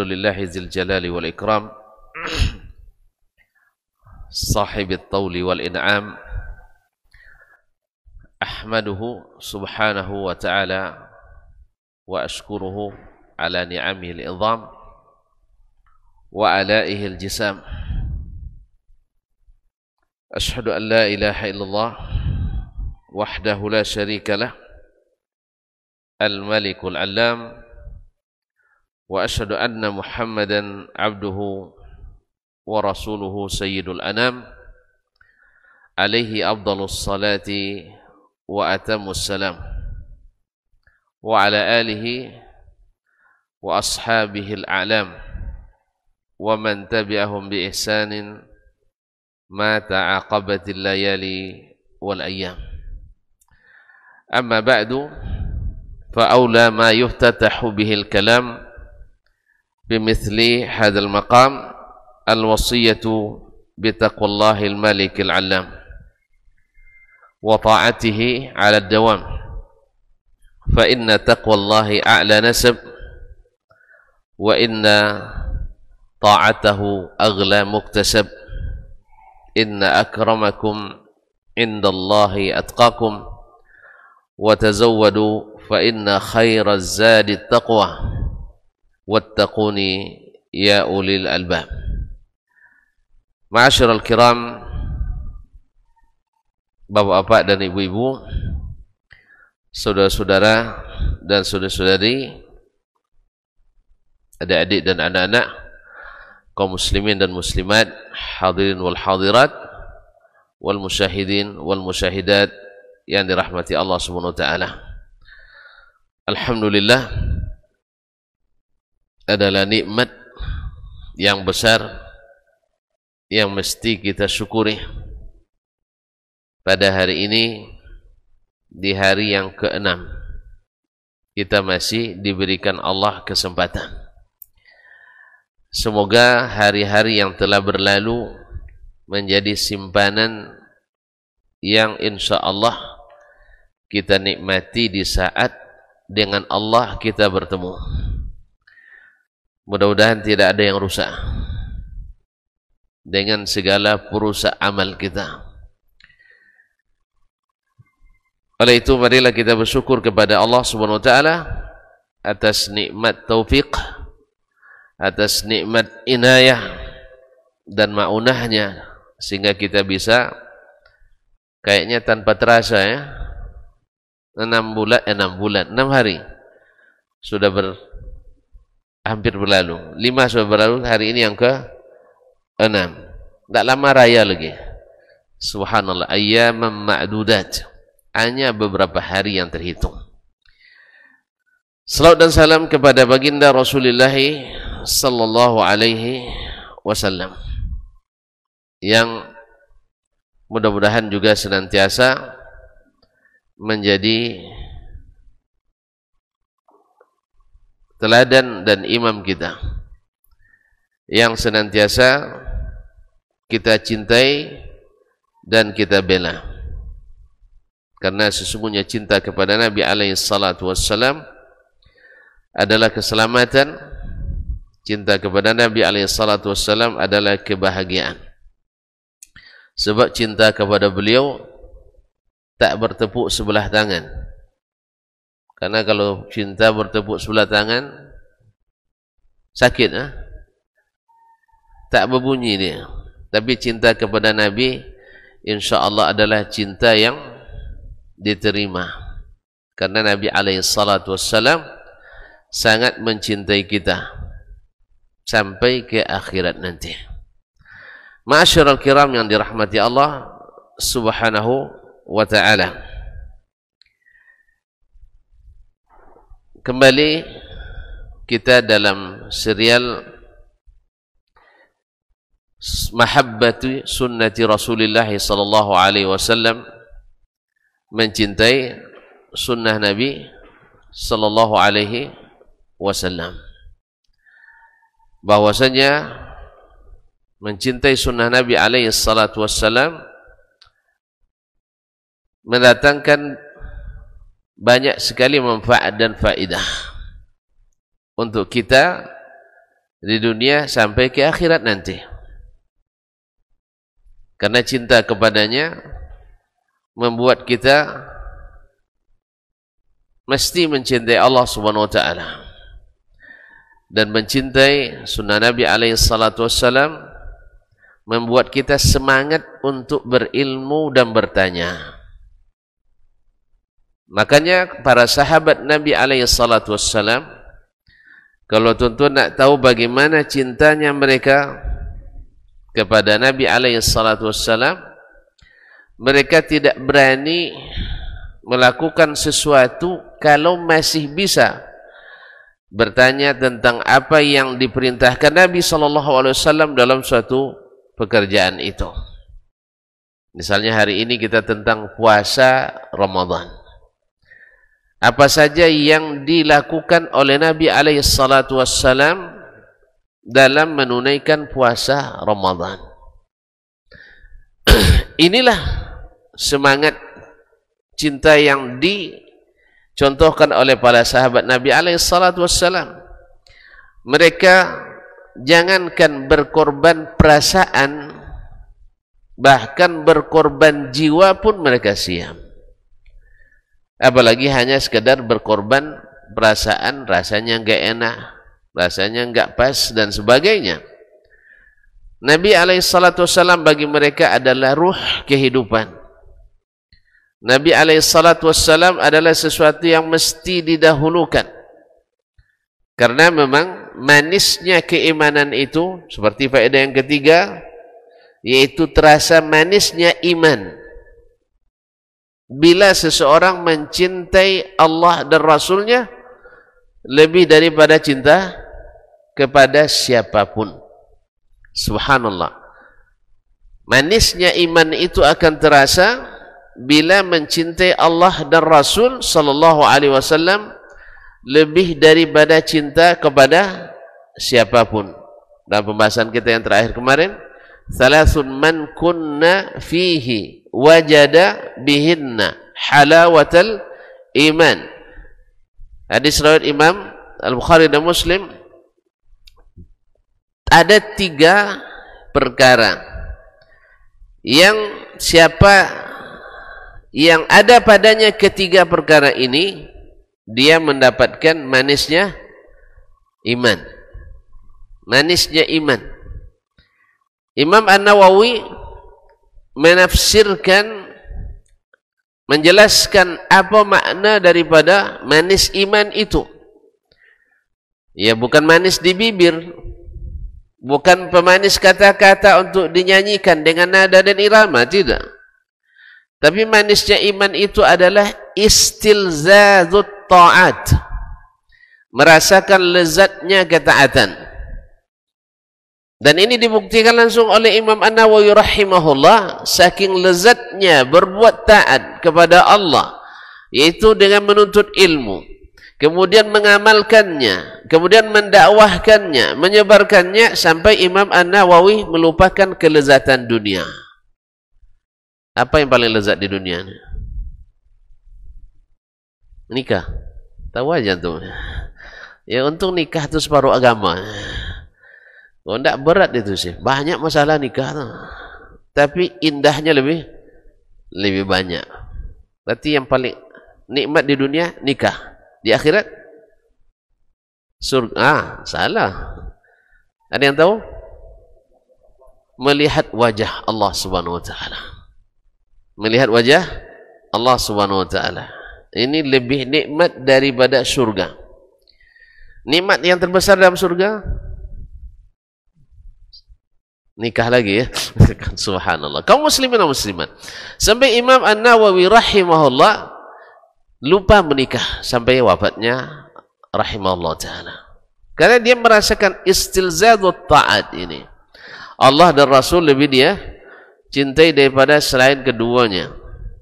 Lillahi zil jalali wal ikram sahibit tawli wal in'am ahmaduhu subhanahu wa ta'ala wa ashkuruhu ala ni'amihi al-idham wa alaihi al-jisam ashhadu an la ilaha illallah wahdahu la sharika lah al-malikul allam wa asyhadu anna Muhammadan abduhu wa rasuluhu sayyidul anam alaihi afdalus salati wa atammus salam wa ala alihi wa ashabihi al-a'lam wa man tabi'ahum bi ihsanin ma ta'aqabatil layali wal ayyam amma ba'du fa aula ma yuftatahu bihil kalam بمثل هذا المقام الوصية بتقوى الله الملك العلام وطاعته على الدوام فإن تقوى الله أعلى نسب وإن طاعته أغلى مكتسب إن أكرمكم عند الله أتقاكم وتزودوا فإن خير الزاد التقوى wattaquni ya ulil albab. Ma'asyiral kiram, bapak-bapak dan ibu-ibu, saudara-saudara dan saudara-saudari, adik-adik dan anak-anak, kaum muslimin dan muslimat, hadirin wal hadirat, wal musyahidin wal musyahidat yang dirahmati Allah Subhanahu wa taala. Alhamdulillah, adalah nikmat yang besar yang mesti kita syukuri pada hari ini, di hari yang ke-6 kita masih diberikan Allah kesempatan. Semoga hari-hari yang telah berlalu menjadi simpanan yang insya Allah kita nikmati di saat dengan Allah kita bertemu. Mudah-mudahan tidak ada yang rusak dengan segala perusak amal kita. Oleh itu marilah kita bersyukur kepada Allah Subhanahu wa taala atas nikmat taufik, atas nikmat inayah dan maunahnya, sehingga kita bisa kayaknya tanpa terasa ya 6 hari sudah hampir berlalu, 5 sudah berlalu, hari ini yang ke-6. Tak lama raya lagi. Subhanallah, ayyaman ma'dudat, hanya beberapa hari yang terhitung. Salawat dan salam kepada baginda Rasulullah sallallahu alaihi wasallam, yang mudah-mudahan juga senantiasa menjadi teladan dan imam kita, yang senantiasa kita cintai dan kita bela, karena sesungguhnya cinta kepada Nabi alaihi salatu wassalam adalah keselamatan, cinta kepada Nabi alaihi salatu wassalam adalah kebahagiaan. Sebab cinta kepada beliau tak bertepuk sebelah tangan. Karena kalau cinta bertepuk sebelah tangan sakit, tak berbunyi dia. Tapi cinta kepada Nabi insya Allah adalah cinta yang diterima, karena Nabi alaihi salatu wassalam sangat mencintai kita sampai ke akhirat nanti. Ma'asyiral kiram yang dirahmati Allah Subhanahu wa ta'ala, kembali kita dalam serial Mahabbatu Sunnati Rasulullah sallallahu alaihi wasallam, mencintai sunnah Nabi sallallahu alaihi wasallam. Bahwasanya mencintai sunnah Nabi alaihi salatu wasallam mendatangkan banyak sekali manfaat dan faedah untuk kita di dunia sampai ke akhirat nanti. Karena cinta kepadanya membuat kita mesti mencintai Allah Subhanahu wa taala dan mencintai sunnah Nabi alaihi salatu wassalam, membuat kita semangat untuk berilmu dan bertanya. Makanya para sahabat Nabi alaihi salatu wassalam, kalau tuan-tuan nak tahu bagaimana cintanya mereka kepada Nabi alaihi salatu wassalam, mereka tidak berani melakukan sesuatu kalau masih bisa bertanya tentang apa yang diperintahkan Nabi SAW dalam suatu pekerjaan itu. Misalnya hari ini kita tentang puasa Ramadan. Apa saja yang dilakukan oleh Nabi SAW dalam menunaikan puasa Ramadan. Inilah semangat cinta yang dicontohkan oleh para sahabat Nabi SAW. Mereka jangankan berkorban perasaan, bahkan berkorban jiwa pun mereka siap. Apalagi hanya sekedar berkorban perasaan, rasanya enggak enak, rasanya enggak pas dan sebagainya. Nabi SAW bagi mereka adalah ruh kehidupan. Nabi SAW adalah sesuatu yang mesti didahulukan. Karena memang manisnya keimanan itu, seperti faedah yang ketiga, yaitu terasa manisnya iman. Bila seseorang mencintai Allah dan Rasulnya lebih daripada cinta kepada siapapun. Subhanallah. Manisnya iman itu akan terasa bila mencintai Allah dan Rasul sallallahu alaihi wasallam lebih daripada cinta kepada siapapun. Dalam pembahasan kita yang terakhir kemarin, salasun man kunna fihi wajada bihinna halawatal iman. Hadis riwayat Imam Al-Bukhari dan Muslim. Ada 3 perkara yang siapa yang ada padanya ketiga perkara ini, dia mendapatkan manisnya iman. Manisnya iman. Imam An-Nawawi menafsirkan, menjelaskan apa makna daripada manis iman itu. Ya, bukan manis di bibir, bukan pemanis kata-kata untuk dinyanyikan dengan nada dan irama, tidak. Tapi manisnya iman itu adalah istilzazut ta'at, merasakan lezatnya ketaatan. Dan ini dibuktikan langsung oleh Imam An-Nawawi rahimahullah, saking lezatnya berbuat taat kepada Allah, yaitu dengan menuntut ilmu, kemudian mengamalkannya, kemudian mendakwahkannya, menyebarkannya, sampai Imam An-Nawawi melupakan kelezatan dunia. Apa yang paling lezat di dunia ini? Nikah. Tahu aja tuh. Ya untung nikah itu separuh agama. Oh, enggak berat itu sih. Banyak masalah nikah tuh. Tapi indahnya lebih banyak. Berarti yang paling nikmat di dunia nikah. Di akhirat surga. Salah. Ada yang tahu? Melihat wajah Allah Subhanahu wa taala. Melihat wajah Allah Subhanahu wa taala. Ini lebih nikmat daripada surga. Nikmat yang terbesar dalam surga nikah lagi ya. Subhanallah. Kaum muslimin dan muslimat, sampai Imam An-Nawawi rahimahullah lupa menikah sampai wafatnya rahimahullah taala. Karena dia merasakan istilzadut ta'at ini. Allah dan Rasul lebih dia cintai daripada selain keduanya.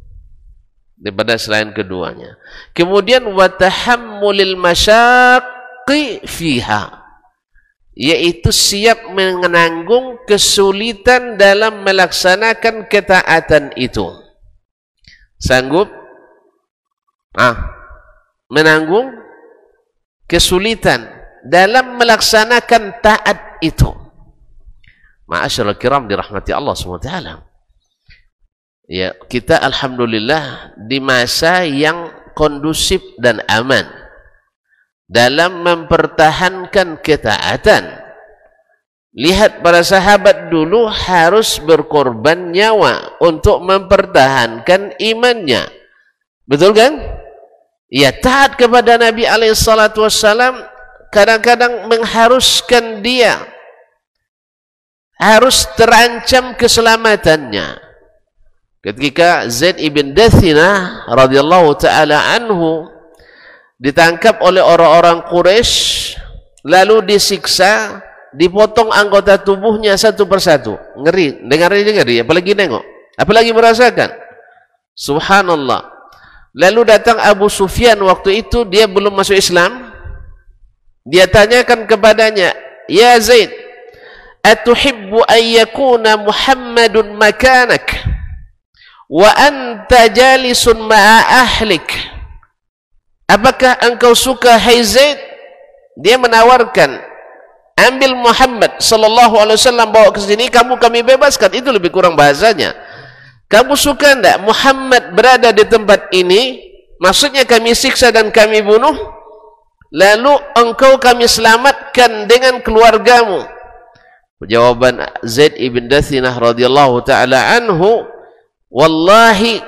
Kemudian wa tahammulil masyaqqi fiha, yaitu siap menanggung kesulitan dalam melaksanakan ketaatan itu. Sanggup menanggung kesulitan dalam melaksanakan taat itu. Ma'asyiral kiram dirahmati Allah SWT. Ya, kita alhamdulillah di masa yang kondusif dan aman dalam mempertahankan ketaatan. Lihat para sahabat dulu harus berkorban nyawa untuk mempertahankan imannya. Betul kan? Ya, taat kepada Nabi SAW kadang-kadang mengharuskan dia harus terancam keselamatannya. Ketika Zaid ibn Dathinah radhiyallahu ta'ala anhu ditangkap oleh orang-orang Quraisy, lalu disiksa, dipotong anggota tubuhnya satu persatu. Ngeri, dengar ngeri, apalagi nengok, apalagi merasakan. Subhanallah. Lalu datang Abu Sufyan, waktu itu dia belum masuk Islam. Dia tanyakan kepadanya, "Ya Zaid, atuhibbu an yakuna Muhammadun makanak wa anta jalisun ma'a ahlik?" Apakah engkau suka, hai Zaid? Dia menawarkan, ambil Muhammad sallallahu alaihi wasallam, bawa ke sini, kami bebaskan. Itu lebih kurang bahasanya. Kamu suka enggak Muhammad berada di tempat ini, maksudnya kami siksa dan kami bunuh, lalu engkau kami selamatkan dengan keluargamu? Jawaban Zaid ibn Dathinah radhiyallahu ta'ala anhu, wallahi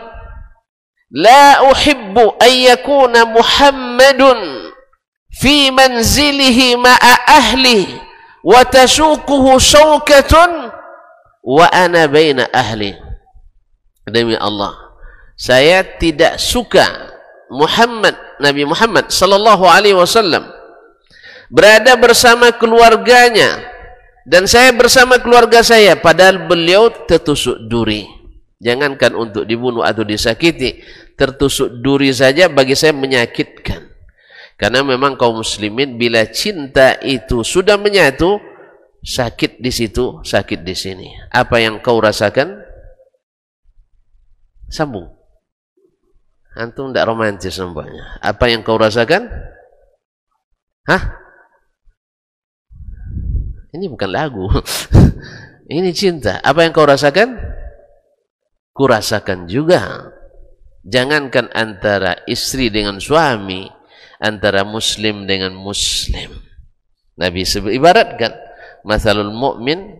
la uhibbu an yakuna Muhammadun fi manzilihi ma'a ahli wa tashuquhu shawkatun wa ana baina ahli. Demi Allah, saya tidak suka Nabi Muhammad sallallahu alaihi wasallam berada bersama keluarganya dan saya bersama keluarga saya, padahal beliau tertusuk duri. Jangankan untuk dibunuh atau disakiti, tertusuk duri saja bagi saya menyakitkan. Karena memang kaum muslimin bila cinta itu sudah menyatu, sakit di situ, sakit di sini. Apa yang kau rasakan? Sambung. Antum tidak romantis nampaknya. Apa yang kau rasakan? Hah? Ini bukan lagu. Ini cinta. Apa yang kau rasakan? Ku rasakan juga. Jangankan antara istri dengan suami, antara muslim dengan muslim. Nabi ibaratkan, mathalul mu'min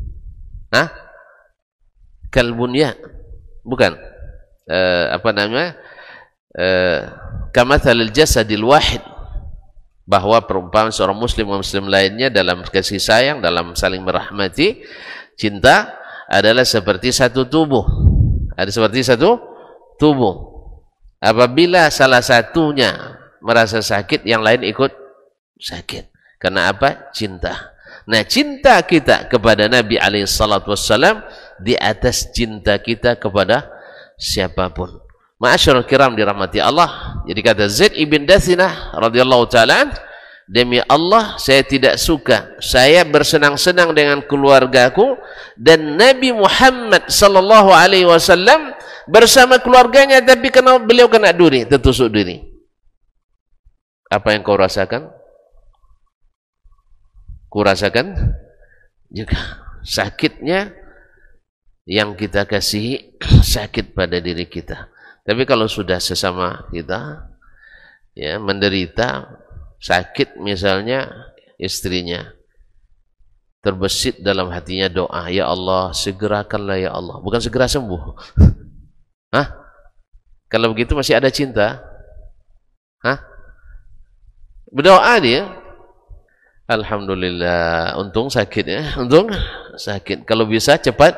kal bunyan. Bukan. Apa namanya? Kamathalil jasadil wahid. Bahwa perumpamaan seorang muslim dan muslim lainnya dalam kasih sayang, dalam saling merahmati, cinta adalah seperti satu tubuh. Ada seperti satu tubuh. Apabila salah satunya merasa sakit, yang lain ikut sakit. Karena apa? Cinta. Nah, cinta kita kepada Nabi SAW di atas cinta kita kepada siapapun. Ma'asyiral kiram dirahmati Allah. Jadi kata Zaid ibn Dathinah radhiyallahu ta'ala, demi Allah saya tidak suka saya bersenang-senang dengan keluargaku dan Nabi Muhammad sallallahu alaihi wasallam bersama keluarganya, tapi karena beliau kena duri, tertusuk duri. Apa yang kau rasakan? Ku rasakan juga sakitnya yang kita kasihi, sakit pada diri kita. Tapi kalau sudah sesama kita ya menderita sakit, misalnya istrinya, terbesit dalam hatinya doa, ya Allah segerakanlah ya Allah, bukan segera sembuh. Hah? Kalau begitu masih ada cinta? Hah? Berdoa dia, alhamdulillah, untung sakit ya, untung sakit. Kalau bisa cepat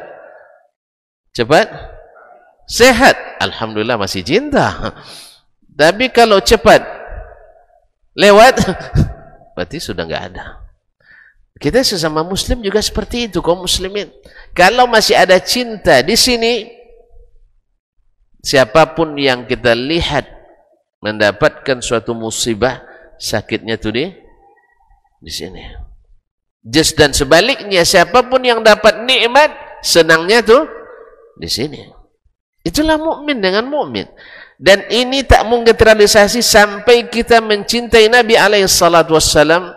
sehat, alhamdulillah masih cinta. Tapi kalau cepat lewat, berarti sudah nggak ada. Kita sesama muslim juga seperti itu, kaum muslimin. Kalau masih ada cinta di sini, siapapun yang kita lihat mendapatkan suatu musibah, sakitnya tuh di sini. Dan sebaliknya, siapapun yang dapat nikmat, senangnya tuh di sini. Itulah mukmin dengan mukmin. Dan ini tak mungkin terrealisasi sampai kita mencintai Nabi alaihissalatu wassalam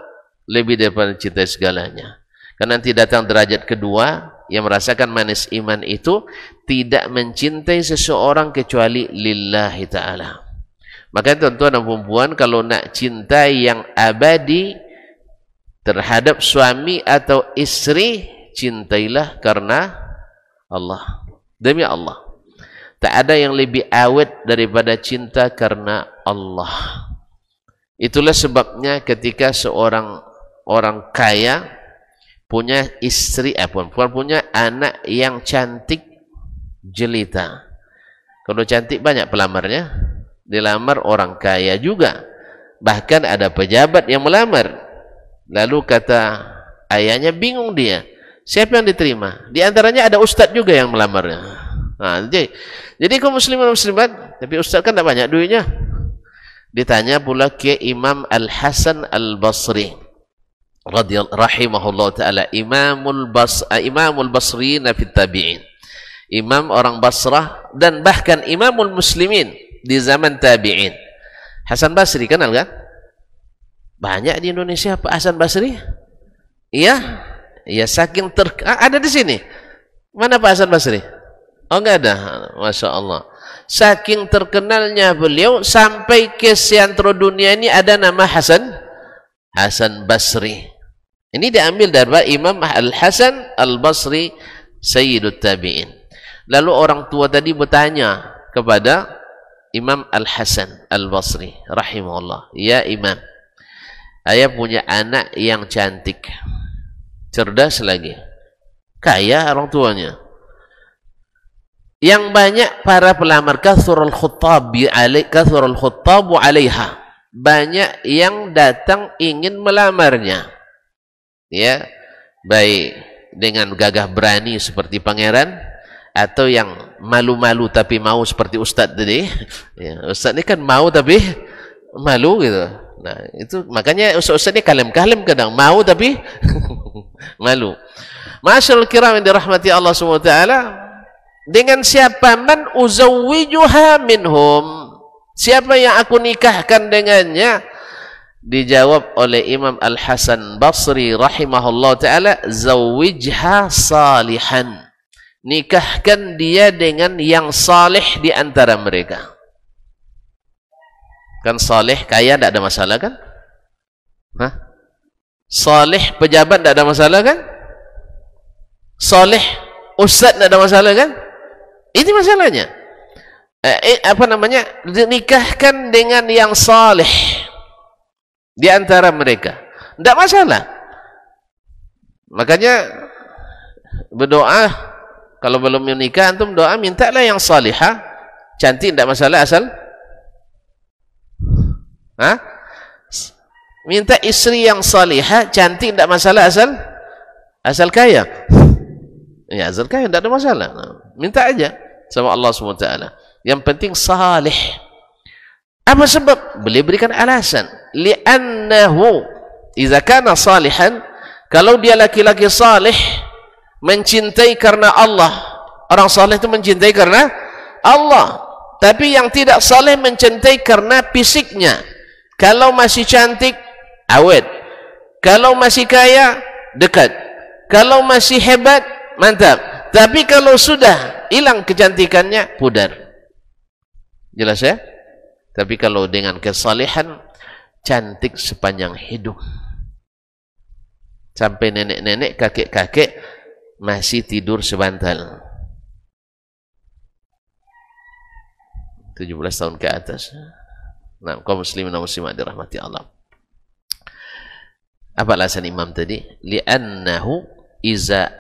lebih daripada cintai segalanya. Karena nanti datang derajat kedua yang merasakan manis iman itu tidak mencintai seseorang kecuali lillahi ta'ala. Maka tuan-tuan dan perempuan, kalau nak cintai yang abadi terhadap suami atau istri, cintailah karena Allah, demi Allah. Tak ada yang lebih awet daripada cinta karena Allah. Itulah sebabnya ketika seorang orang kaya punya istri, punya anak yang cantik jelita. Kalau cantik banyak pelamarnya, dilamar orang kaya juga. Bahkan ada pejabat yang melamar. Lalu kata ayahnya, bingung dia, siapa yang diterima? Di antaranya ada ustadz juga yang melamarnya. Nah, jadi kaum muslimin dan muslimat, tapi ustadz kan tidak banyak duitnya. Ditanya pula ke Imam Al-Hasan Al-Basri rahimahullah ta'ala, Imamul Basriyin fit tabi'in, imam orang Basrah dan bahkan imamul muslimin di zaman tabi'in. Hasan Basri kenal kan? Banyak di Indonesia Pak Hasan Basri? Iya, iya, saking ada di sini. Mana Pak Hasan Basri? Oh, enggak ada. Masya Allah. Saking terkenalnya beliau sampai ke seantero dunia ini ada nama Hasan Basri. Ini diambil dari Imam Al-Hasan Al-Basri Sayyidut Tabi'in. Lalu orang tua tadi bertanya kepada Imam Al-Hasan Al-Basri rahimahullah, ya Imam, ayah punya anak yang cantik, cerdas lagi, kaya orang tuanya, yang banyak para pelamar, kathurul khuttabu alaiha, banyak yang datang ingin melamarnya, ya, baik dengan gagah berani seperti pangeran, atau yang malu-malu tapi mau seperti ustadz tadi, ya, ustadz ini kan mau tapi malu gitu. Nah, itu makanya ustadz ini kalem-kalem, kadang mau tapi malu. Masyaallah kiram yang dirahmati Allah SWT, dengan siapa man uzawwijuha minhum, siapa yang aku nikahkan dengannya? Dijawab oleh Imam Al-Hasan Basri rahimahullah ta'ala, zawwijha salihan, nikahkan dia dengan yang saleh di antara mereka. Kan saleh kaya tidak ada masalah kan? Hah? Saleh pejabat tidak ada masalah kan? Saleh ustaz tidak ada masalah kan? Ini masalahnya. Nikahkan dengan yang saleh di antara mereka, tidak masalah. Makanya berdoa, kalau belum menikah antum doa, mintalah yang salihah, cantik tidak masalah, asal minta istri yang salihah, cantik tidak masalah, asal kaya. Ya, asal kaya tidak ada masalah. Minta aja sama Allah SWT. Yang penting salih. Apa sebab? Boleh berikan alasan. Li'annahu idza kana salihan, kalau dia laki-laki salih, mencintai karena Allah. Orang saleh itu mencintai karena Allah. Tapi yang tidak saleh mencintai karena fisiknya. Kalau masih cantik, awet. Kalau masih kaya, dekat. Kalau masih hebat, mantap. Tapi kalau sudah hilang kecantikannya, pudar. Jelas ya? Tapi kalau dengan kesalehan, cantik sepanjang hidup. Sampai nenek-nenek, kakek-kakek masih tidur sebantal. 17 tahun ke atas. Nah, kaum muslimin dan muslimat dirahmati Allah. Apa alasan imam tadi? Li'annahu iza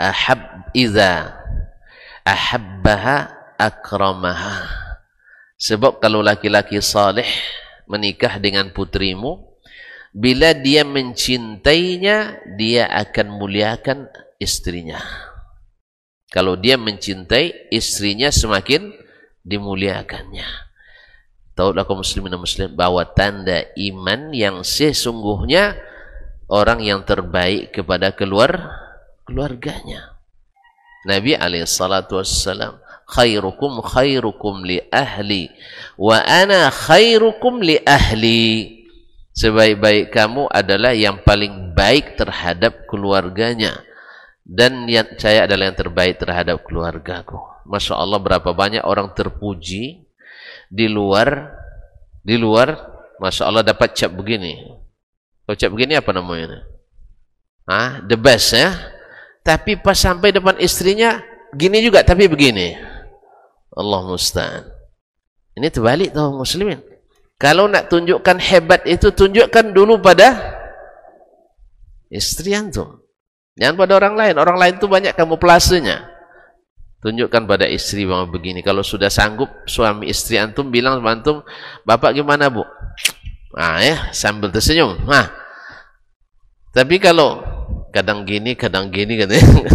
ahabbaha akramaha. Sebab kalau laki-laki saleh menikah dengan putrimu, bila dia mencintainya, dia akan muliakan istrinya. Kalau dia mencintai istrinya, semakin dimuliakannya. Tahulah kaum muslimin dan muslimat bahwa tanda iman yang sesungguhnya, orang yang terbaik kepada keluarganya. Nabi SAW, khairukum khairukum li ahli wa ana khairukum li ahli. Sebaik-baik kamu adalah yang paling terbaik terhadap keluarganya, dan yang saya adalah yang terbaik terhadap keluargaku. Masya Allah, berapa banyak orang terpuji di luar, Masya Allah dapat cap begini. Kalau cap begini apa namanya? The best ya. Tapi pas sampai depan istrinya gini juga, tapi begini. Allah musta'an. Ini terbalik tuh muslimin. Kalau nak tunjukkan hebat itu, tunjukkan dulu pada istri antum, jangan pada orang lain. Orang lain itu banyak kamuflasenya. Tunjukkan pada istri bahwa begini. Kalau sudah sanggup suami istri antum bilang sama antum, bapak gimana bu? Ya sambil tersenyum. Tapi kalau kadang gini katanya,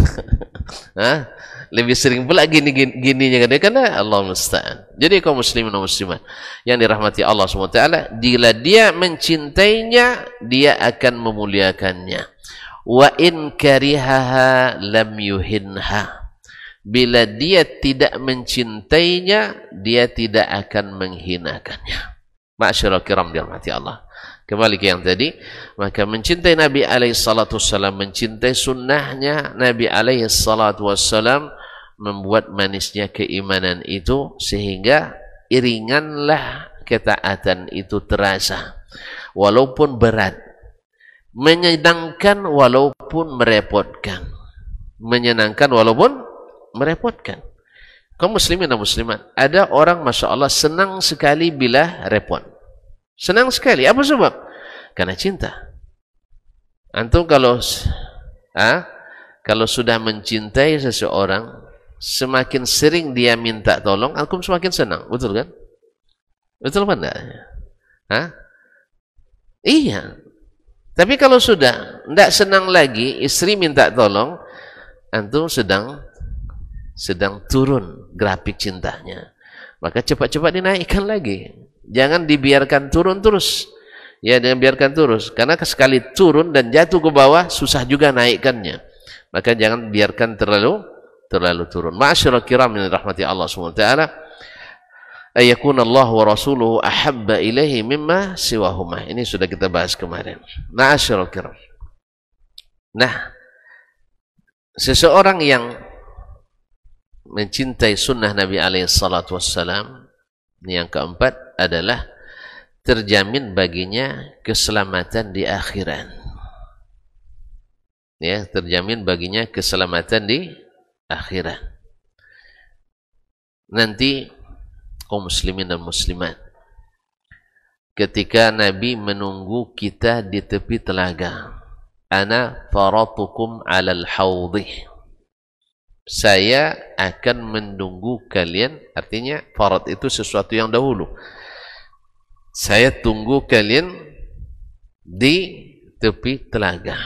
lebih sering pula gininya katanya, karena Allah musta'an. Jadi kaum muslimin dan muslimat yang dirahmati Allah SWT, bila dia mencintainya, dia akan memuliakannya. Wa in karihaha lam yuhinha. Bila dia tidak mencintainya, dia tidak akan menghinakannya. Ma'asyiral kiram dirahmati Allah. Kembali ke yang tadi, maka mencintai Nabi alaihissalam, mencintai sunnahnya Nabi alaihissalam, membuat manisnya keimanan itu, sehingga iringanlah ketaatan itu terasa, walaupun berat, menyenangkan walaupun merepotkan, menyenangkan walaupun merepotkan. Kaum muslimin dan muslimat, ada orang Masya Allah senang sekali bila repot. Senang sekali. Apa sebab? Karena cinta. Antum kalau sudah mencintai seseorang, semakin sering dia minta tolong, antum semakin senang. Betul kan? Betul apa enggak? Iya. Tapi kalau sudah tidak senang lagi, istri minta tolong, antum sedang turun grafik cintanya. Maka cepat-cepat dinaikkan lagi. Jangan dibiarkan turun terus. Ya, jangan biarkan terus. Karena sekali turun dan jatuh ke bawah, susah juga naikkannya. Maka jangan biarkan terlalu turun. Ma'asyiral kiram yang dirahmati Allah SWT. Ayakun Allah wa rasuluhu ahabba ilaihi mimma siwahumah. Ini sudah kita bahas kemarin. Ma'asyiral kiram. Nah, seseorang yang mencintai sunnah Nabi alaihissalam, yang keempat adalah terjamin baginya keselamatan di akhirat. Ya, terjamin baginya keselamatan di akhirat. Nanti kaum muslimin dan muslimat, ketika Nabi menunggu kita di tepi telaga, ana faratukum alal haudhi, saya akan menunggu kalian. Artinya farat itu sesuatu yang dahulu. Saya tunggu kalian di tepi telaga.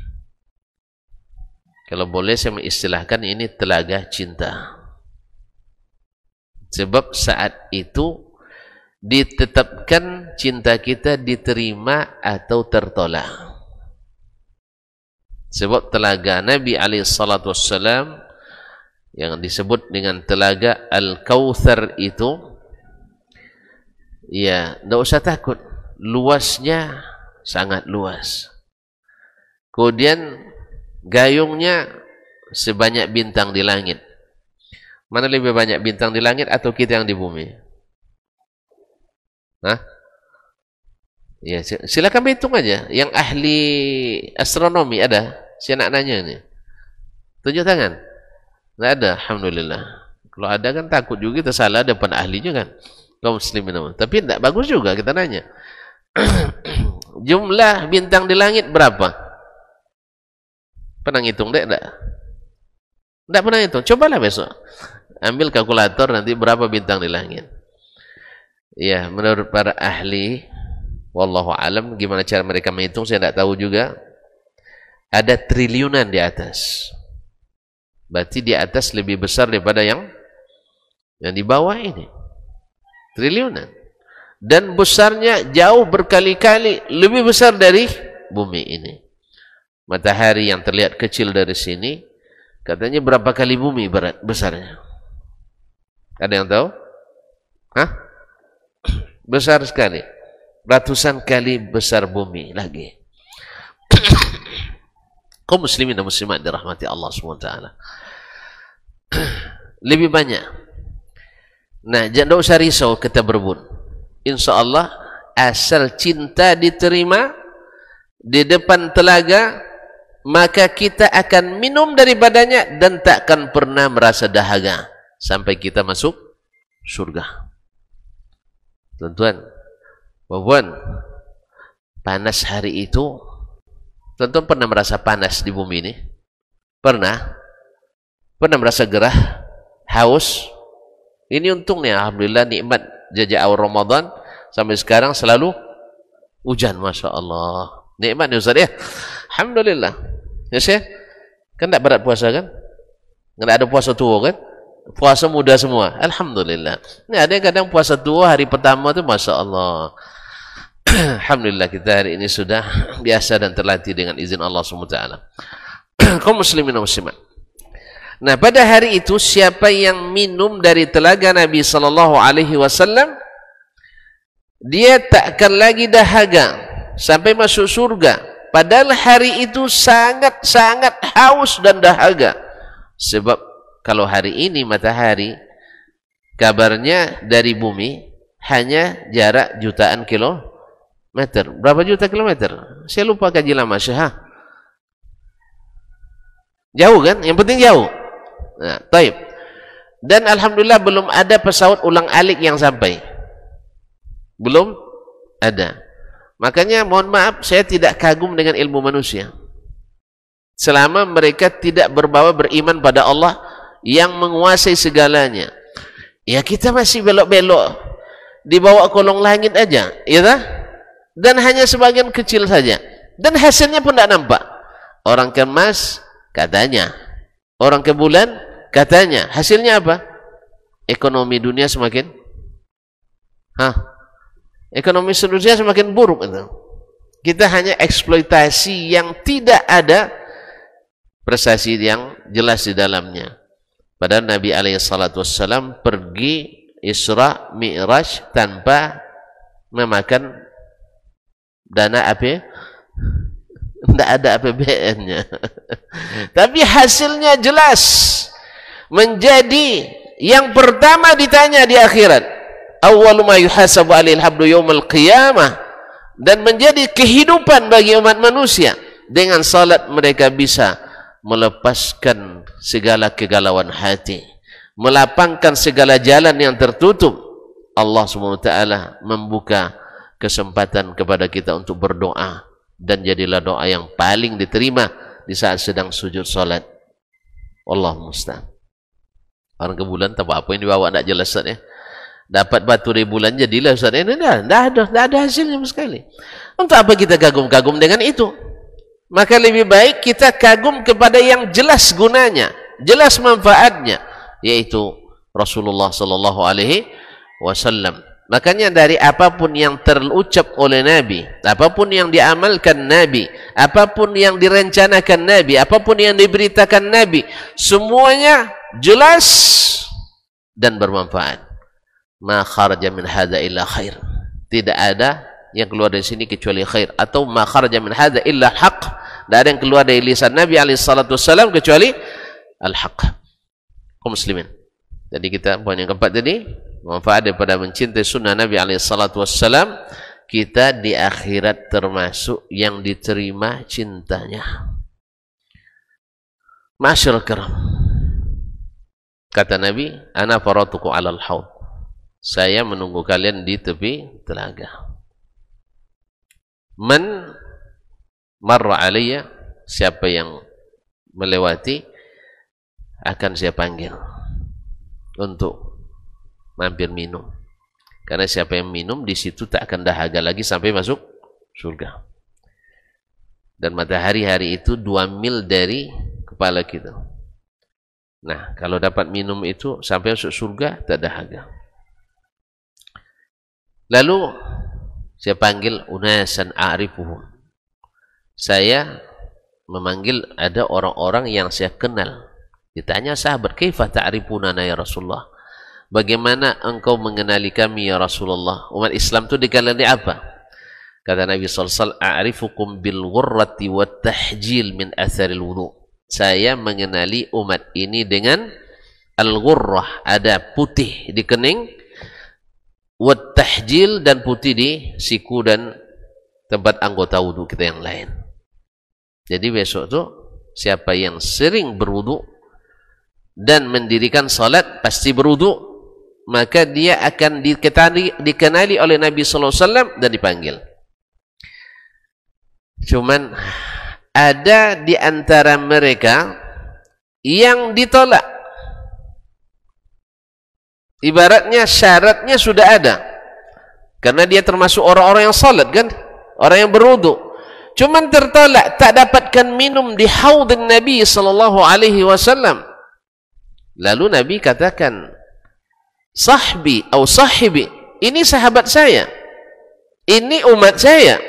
Kalau boleh saya mengistilahkan ini telaga cinta. Sebab saat itu ditetapkan cinta kita diterima atau tertolak. Sebab telaga Nabi alaihissalam yang disebut dengan telaga Al-Kautsar itu, ya, tidak usah takut, luasnya sangat luas. Kemudian gayungnya sebanyak bintang di langit. Mana lebih banyak bintang di langit atau kita yang di bumi? Ya, silakan hitung aja. Yang ahli astronomi ada? Saya nak nanya nih. Tunjuk tangan. Tidak ada, alhamdulillah. Kalau ada kan takut juga kita salah depan ahlinya kan. Kaum muslimin. Tapi tidak bagus juga kita nanya. Jumlah bintang di langit berapa? Pernah ngitung dek? Tidak pernah hitung. Cobalah besok. Ambil kalkulator nanti berapa bintang di langit. Ya, menurut para ahli, wallahu alam, gimana cara mereka menghitung saya tidak tahu juga. Ada triliunan di atas. Berarti di atas lebih besar daripada yang di bawah ini. Triliunan. Dan besarnya jauh berkali-kali lebih besar dari bumi ini. Matahari yang terlihat kecil dari sini, katanya berapa kali bumi besarnya? Ada yang tahu? Besar sekali. Ratusan kali besar bumi lagi. Kaum muslimin dan muslimat dirahmati Allah SWT. Lebih banyak. Nah, jangan usah risau kita berebut. Insya Allah asal cinta diterima di depan telaga, maka kita akan minum daripadanya dan takkan pernah merasa dahaga sampai kita masuk surga. Tuan-tuan, puan, panas hari itu, tuan-tuan pernah merasa panas di bumi ini? Pernah? Pernah merasa gerah, haus? Ini untungnya, alhamdulillah, nikmat jajah awal Ramadan sampai sekarang selalu hujan, masya Allah. Nikmat ya Ustaz ya, alhamdulillah. Ya sih, kan tak berat puasa kan? Nggak ada puasa tua kan? Puasa muda semua, alhamdulillah. Ini ada yang kadang puasa tua hari pertama tu, masya Allah. Alhamdulillah kita hari ini sudah biasa dan terlatih dengan izin Allah SWT. Kaum muslimin dan muslimat. Nah, pada hari itu siapa yang minum dari telaga Nabi SAW, dia tak akan lagi dahaga sampai masuk surga. Padahal hari itu sangat-sangat haus dan dahaga. Sebab kalau hari ini matahari kabarnya dari bumi hanya jarak jutaan kilometer. Berapa juta kilometer? Saya lupa kaji lama Syah. Jauh kan? Yang penting jauh. Nah, taib. Dan alhamdulillah belum ada pesawat ulang alik yang sampai. Belum ada. Makanya mohon maaf, saya tidak kagum dengan ilmu manusia. Selama mereka tidak beriman pada Allah yang menguasai segalanya. Ya kita masih belok-belok di bawah kolong langit aja, ya tak? Dan hanya sebagian kecil saja. Dan hasilnya pun tidak nampak. Orang ke Mars katanya, orang ke bulan katanya, hasilnya apa? Ekonomi dunia semakin ekonomi seluruhnya semakin buruk itu. Kita hanya eksploitasi yang tidak ada prestasi yang jelas di dalamnya. Padahal Nabi SAW pergi Isra Mi'raj tanpa memakan dana tidak ada APBN-nya. Tapi hasilnya jelas. Menjadi yang pertama ditanya di akhirat. Awwalu ma yuhasabu 'alaihil 'abdu yaumil qiyamah. Dan menjadi kehidupan bagi umat manusia. Dengan salat mereka bisa melepaskan segala kegalauan hati, melapangkan segala jalan yang tertutup. Allah SWT membuka kesempatan kepada kita untuk berdoa, dan jadilah doa yang paling diterima di saat sedang sujud salat. Allah musta'an. Orang ke bulan tak apa yang dibawa, tak jelas Ustaz ya. Dapat batu dari bulan jadilah Ustaz. Ini dah ada hasilnya sekali. Untuk apa kita kagum-kagum dengan itu? Maka lebih baik kita kagum kepada yang jelas gunanya, jelas manfaatnya, yaitu Rasulullah sallallahu alaihi wasallam. Makanya dari apapun yang terucap oleh Nabi, apapun yang diamalkan Nabi, apapun yang direncanakan Nabi, apapun yang diberitakan Nabi, semuanya jelas dan bermanfaat. Ma kharaja min hadza illa khair. Tidak ada yang keluar dari sini kecuali khair, atau ma kharaja min hadza illa haqq. Tidak ada yang keluar dari lisan Nabi SAW kecuali al-haq. Kaum muslimin. Jadi kita poin yang keempat tadi, manfaat daripada mencintai sunnah Nabi SAW, kita di akhirat termasuk yang diterima cintanya. Ma'asyiral kiram, kata Nabi, ana faratuku 'alal haud. Saya menunggu kalian di tepi telaga. Man marra alayya, siapa yang melewati akan saya panggil untuk mampir minum. Karena siapa yang minum di situ tak akan dahaga lagi sampai masuk surga. Dan matahari hari itu 2 mil dari kepala kita. Nah, kalau dapat minum itu sampai masuk surga tak dahaga. Lalu saya panggil unasan a'rifuhum. Saya memanggil ada orang-orang yang saya kenal. Ditanya sahabat, "Kaifa ta'rifunana ya Rasulullah?" Bagaimana engkau mengenali kami ya Rasulullah? Umat Islam itu dikenali apa? Kata Nabi sallallahu alaihi wasallam, "A'rifukum bil ghurrati wat tahjil min atharil wudu." Saya mengenali umat ini dengan al-ghurrah, ada putih di kening, wat tahjil, dan putih di siku dan tempat anggota wudu kita yang lain. Jadi besok tuh siapa yang sering berwudu dan mendirikan salat pasti berwudu, maka dia akan dikenali oleh Nabi sallallahu alaihi wasallam dan dipanggil. Cuman ada di antara mereka yang ditolak. Ibaratnya syaratnya sudah ada. Karena dia termasuk orang-orang yang salat kan? Orang yang berwudu. Cuman tertolak, tak dapatkan minum di haudin Nabi sallallahu alaihi wasallam. Lalu Nabi katakan, "Sahbi atau sahibi, ini sahabat saya. Ini umat saya."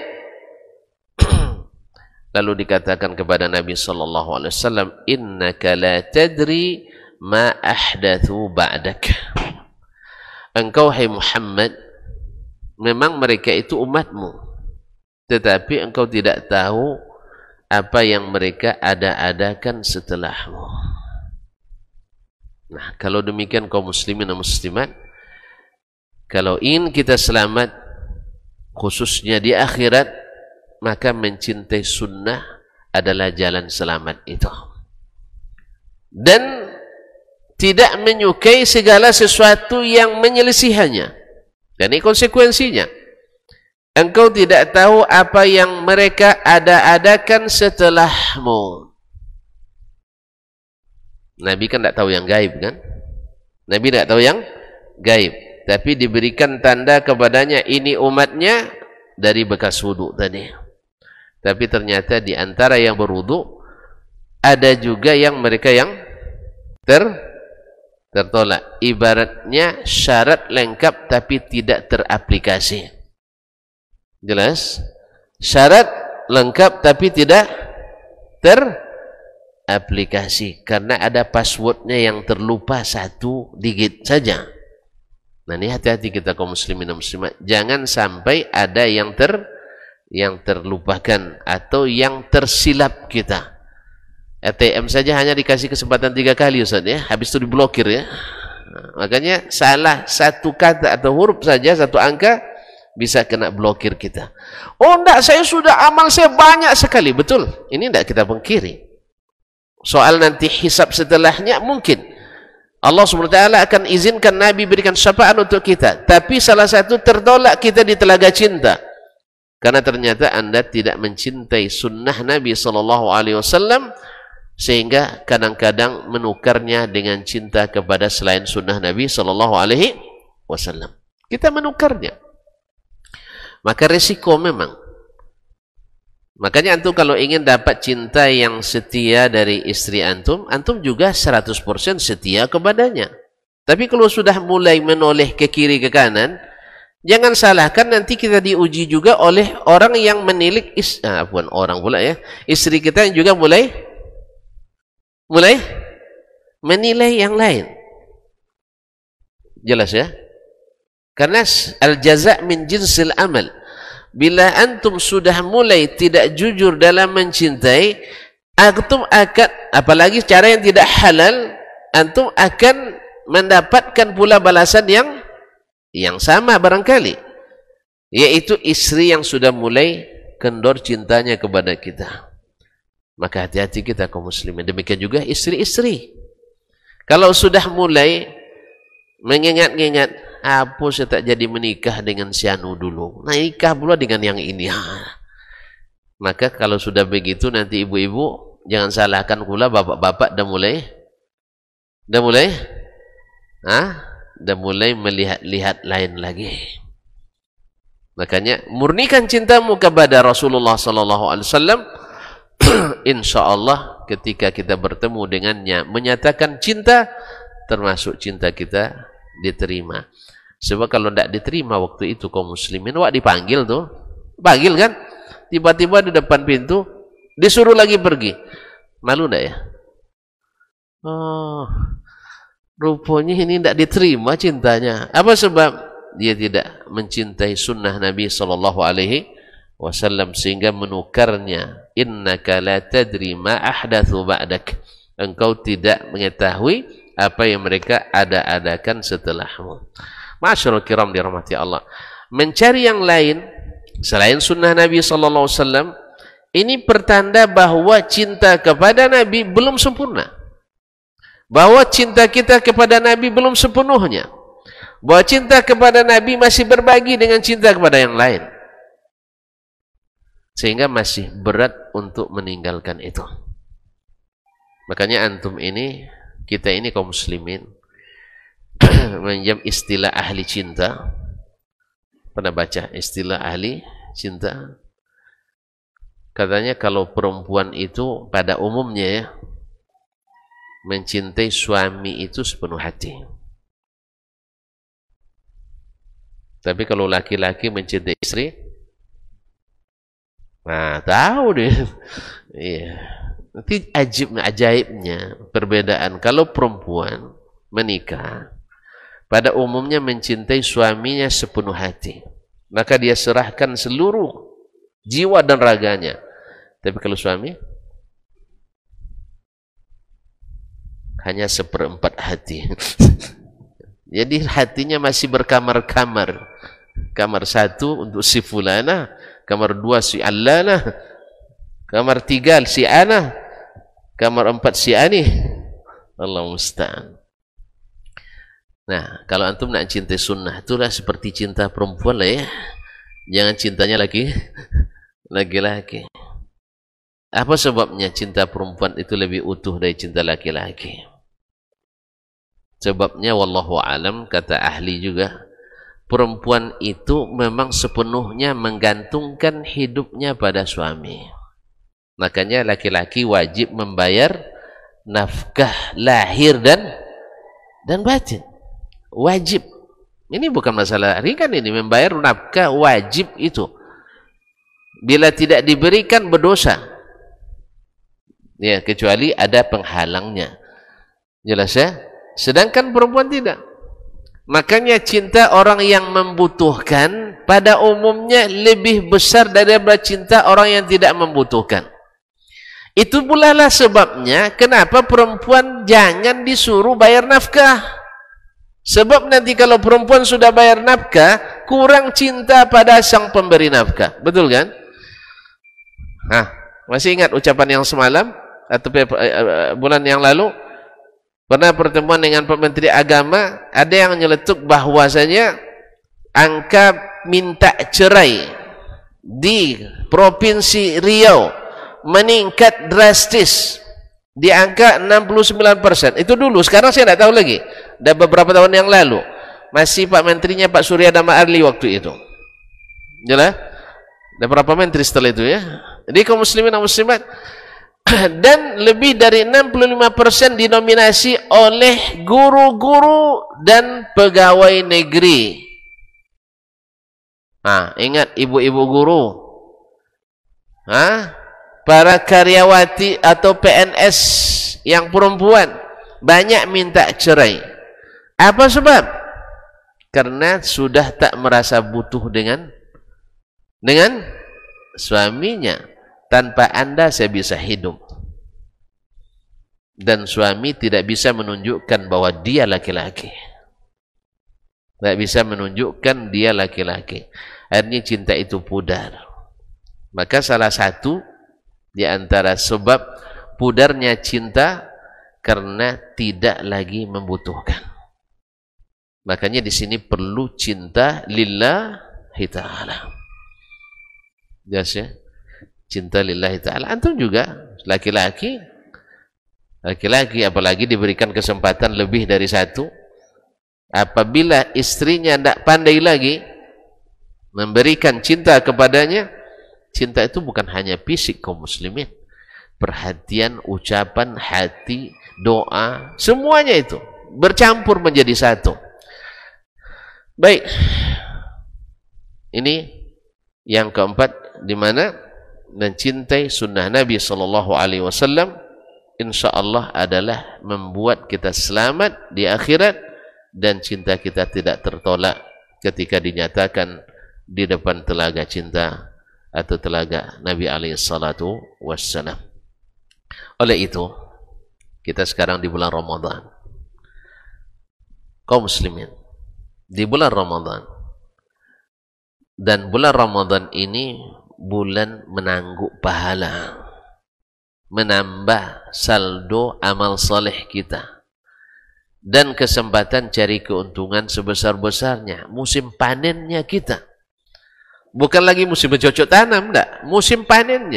Lalu dikatakan kepada Nabi sallallahu alaihi wasallam, "Innaka la tadri ma ahdathu ba'dak." Engkau hai Muhammad, memang mereka itu umatmu, tetapi engkau tidak tahu apa yang mereka ada-adakan setelahmu. Nah, kalau demikian kaum muslimin dan muslimat, kalau ingin kita selamat khususnya di akhirat, maka mencintai sunnah adalah jalan selamat itu. Dan tidak menyukai segala sesuatu yang menyelisihannya. Dan ini konsekuensinya. Engkau tidak tahu apa yang mereka ada-adakan setelahmu. Nabi kan tidak tahu yang gaib kan? Nabi tidak tahu yang gaib. Tapi diberikan tanda kepadanya, ini umatnya dari bekas wudu tadi. Tapi ternyata di antara yang berwudu ada juga yang mereka yang tertolak. Ibaratnya syarat lengkap tapi tidak teraplikasi. Jelas? Syarat lengkap tapi tidak teraplikasi karena ada passwordnya yang terlupa satu digit saja. Nah, ini hati-hati kita kaum muslimin dan muslimat. Jangan sampai ada yang terlupakan atau yang tersilap kita. ATM saja hanya dikasih kesempatan 3 kali Ustaz ya, habis itu diblokir ya. Nah, makanya salah satu kata atau huruf saja, satu angka bisa kena blokir kita. Oh enggak, saya sudah amal saya banyak sekali. Betul, ini enggak kita pungkiri. Soal nanti hisab setelahnya mungkin Allah SWT akan izinkan Nabi berikan syafaat untuk kita, tapi salah satu tertolak kita di telaga cinta. Karena ternyata Anda tidak mencintai sunnah Nabi SAW, sehingga kadang-kadang menukarnya dengan cinta kepada selain sunnah Nabi SAW. Kita menukarnya. Maka resiko memang. Makanya antum kalau ingin dapat cinta yang setia dari istri antum, antum juga 100% setia kepadanya. Tapi kalau sudah mulai menoleh ke kiri ke kanan, jangan salahkan nanti kita diuji juga oleh orang yang menilik istri kita yang juga mulai menilai yang lain. Jelas ya? Karena al-jaza' min jinsil amal. Bila antum sudah mulai tidak jujur dalam mencintai, antum akan, apalagi cara yang tidak halal, antum akan mendapatkan pula balasan yang sama barangkali, yaitu istri yang sudah mulai kendor cintanya kepada kita. Maka hati-hati kita kaum muslimin. Demikian juga istri-istri. Kalau sudah mulai mengingat-ingat, apa saya tak jadi menikah dengan si anu dulu, nah nikah pula dengan yang ini. Maka kalau sudah begitu nanti ibu-ibu jangan salahkan pula bapak-bapak dah mulai melihat-lihat lain lagi. Makanya murnikan cintamu kepada Rasulullah SAW. InsyaAllah ketika kita bertemu dengannya menyatakan cinta, termasuk cinta kita diterima. Sebab kalau tidak diterima waktu itu kaum muslimin, wak dipanggil tuh, panggil kan, tiba-tiba di depan pintu disuruh lagi pergi, malu tidak ya? Oh, rupanya ini tidak diterima cintanya. Apa sebab? Dia tidak mencintai sunnah Nabi SAW. wasallam, sehingga menukarnya, innaka la tadri ma ahdatsu ba'dak, engkau tidak mengetahui apa yang mereka ada-adakan setelahmu. Ma'asyiral kiram dirahmati Allah, mencari yang lain selain sunnah Nabi sallallahu alaihi wasallam ini pertanda bahwa cinta kepada Nabi belum sempurna, bahwa cinta kita kepada Nabi belum sepenuhnya, bahwa cinta kepada Nabi masih berbagi dengan cinta kepada yang lain, sehingga masih berat untuk meninggalkan itu. Makanya antum ini, kita ini kaum muslimin meminjam istilah ahli cinta. Pernah baca istilah ahli cinta? Katanya kalau perempuan itu pada umumnya ya, mencintai suami itu sepenuh hati. Tapi kalau laki-laki mencintai istri, nah tahu deh. Iya. Nanti ajaibnya perbedaan. Kalau perempuan menikah, pada umumnya mencintai suaminya sepenuh hati, maka dia serahkan seluruh jiwa dan raganya. Tapi kalau suami hanya 1/4 hati. Jadi hatinya masih berkamar-kamar. Kamar 1 untuk si fulana, kamar 2 si allana, kamar 3 si ana, kamar 4 si ani. Allah musta'an. Nah, kalau antum nak cintai sunnah, itulah seperti cinta perempuan lah ya. Jangan cintanya laki-laki. Apa sebabnya cinta perempuan itu lebih utuh dari cinta laki-laki? Sebabnya wallahu alam, kata ahli juga, perempuan itu memang sepenuhnya menggantungkan hidupnya pada suami. Makanya laki-laki wajib membayar nafkah lahir dan batin. Wajib. Ini bukan masalah ringan, ini membayar nafkah wajib itu. Bila tidak diberikan berdosa. Ya, kecuali ada penghalangnya. Jelas ya? Sedangkan perempuan tidak. Makanya cinta orang yang membutuhkan pada umumnya lebih besar daripada cinta orang yang tidak membutuhkan. Itu pula lah sebabnya kenapa perempuan jangan disuruh bayar nafkah. Sebab nanti kalau perempuan sudah bayar nafkah, kurang cinta pada sang pemberi nafkah. Betul kan? Nah, masih ingat ucapan yang semalam atau bulan yang lalu, pernah pertemuan dengan Pak Menteri Agama, ada yang nyeletuk bahwasanya angka minta cerai di Provinsi Riau meningkat drastis di angka 69%. Itu dulu, sekarang saya tidak tahu lagi. Dah beberapa tahun yang lalu. Masih Pak Menterinya Pak Surya Dharma Arli waktu itu. Jelas? Ada berapa menteri setelah itu ya? Jadi kaum muslimin dan muslimat, dan lebih dari 65% dinominasi oleh guru-guru dan pegawai negeri. Nah, ingat ibu-ibu guru, para karyawati atau PNS yang perempuan banyak minta cerai. Apa sebab? Karena sudah tak merasa butuh dengan suaminya. Tanpa Anda saya bisa hidup. Dan suami tidak bisa menunjukkan bahwa dia laki-laki. Tidak bisa menunjukkan dia laki-laki. Akhirnya cinta itu pudar. Maka salah satu di antara sebab pudarnya cinta karena tidak lagi membutuhkan. Makanya di sini perlu cinta lillahi ta'ala. Jelas ya? Cinta lillahi ta'ala. Antum juga laki-laki apalagi diberikan kesempatan lebih dari satu, apabila istrinya tidak pandai lagi memberikan cinta kepadanya, cinta itu bukan hanya fisik kaum muslimin, perhatian, ucapan, hati, doa, semuanya itu bercampur menjadi satu. Baik, ini yang keempat, di mana mencintai sunnah Nabi SAW insyaallah adalah membuat kita selamat di akhirat, dan cinta kita tidak tertolak ketika dinyatakan di depan telaga cinta atau telaga Nabi alaihi salatu wassalam. Oleh itu, kita sekarang di bulan Ramadan. Kaum muslimin, di bulan Ramadan. Dan bulan Ramadan ini bulan menangguk pahala, menambah saldo amal saleh kita, dan kesempatan cari keuntungan sebesar-besarnya. Musim panennya kita. Bukan lagi musim bercocok tanam, enggak. Musim panennya.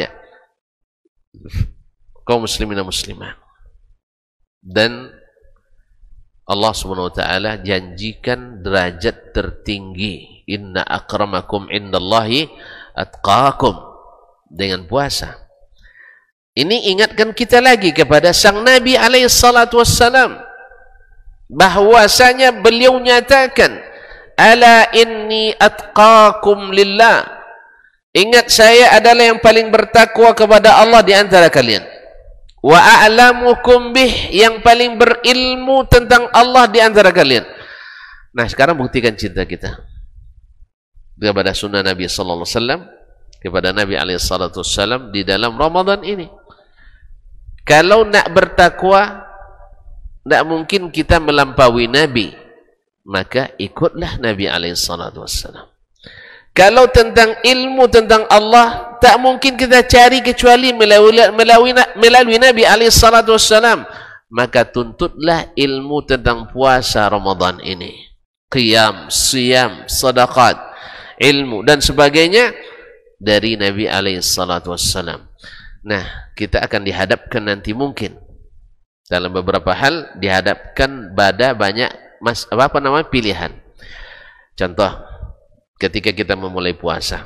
Kaum muslimin dan muslimah. Dan Allah Subhanahu wa taala janjikan derajat tertinggi. Inna akramakum indallahi atqakum, dengan puasa. Ini ingatkan kita lagi kepada sang Nabi alaihi salatu wassalam, bahwasanya beliau nyatakan, ala inni atqakum lillah. Ingat, saya adalah yang paling bertakwa kepada Allah di antara kalian. Wa a'lamukum bih, yang paling berilmu tentang Allah di antara kalian. Nah, sekarang buktikan cinta kita kepada sunnah Nabi sallallahu alaihi wasallam, kepada Nabi alaihi salatu wasallam di dalam Ramadan ini. Kalau nak bertakwa, tidak mungkin kita melampaui Nabi, maka ikutlah Nabi alaihi salatu wassalam. Kalau tentang ilmu tentang Allah, tak mungkin kita cari kecuali melalui Nabi alaihi salatu wassalam, maka tuntutlah ilmu tentang puasa Ramadan ini, qiyam, siyam, sadaqat, ilmu dan sebagainya dari Nabi alaihi salatu wassalam. Nah, kita akan dihadapkan nanti mungkin dalam beberapa hal, dihadapkan pada banyak pilihan. Contoh, ketika kita memulai puasa,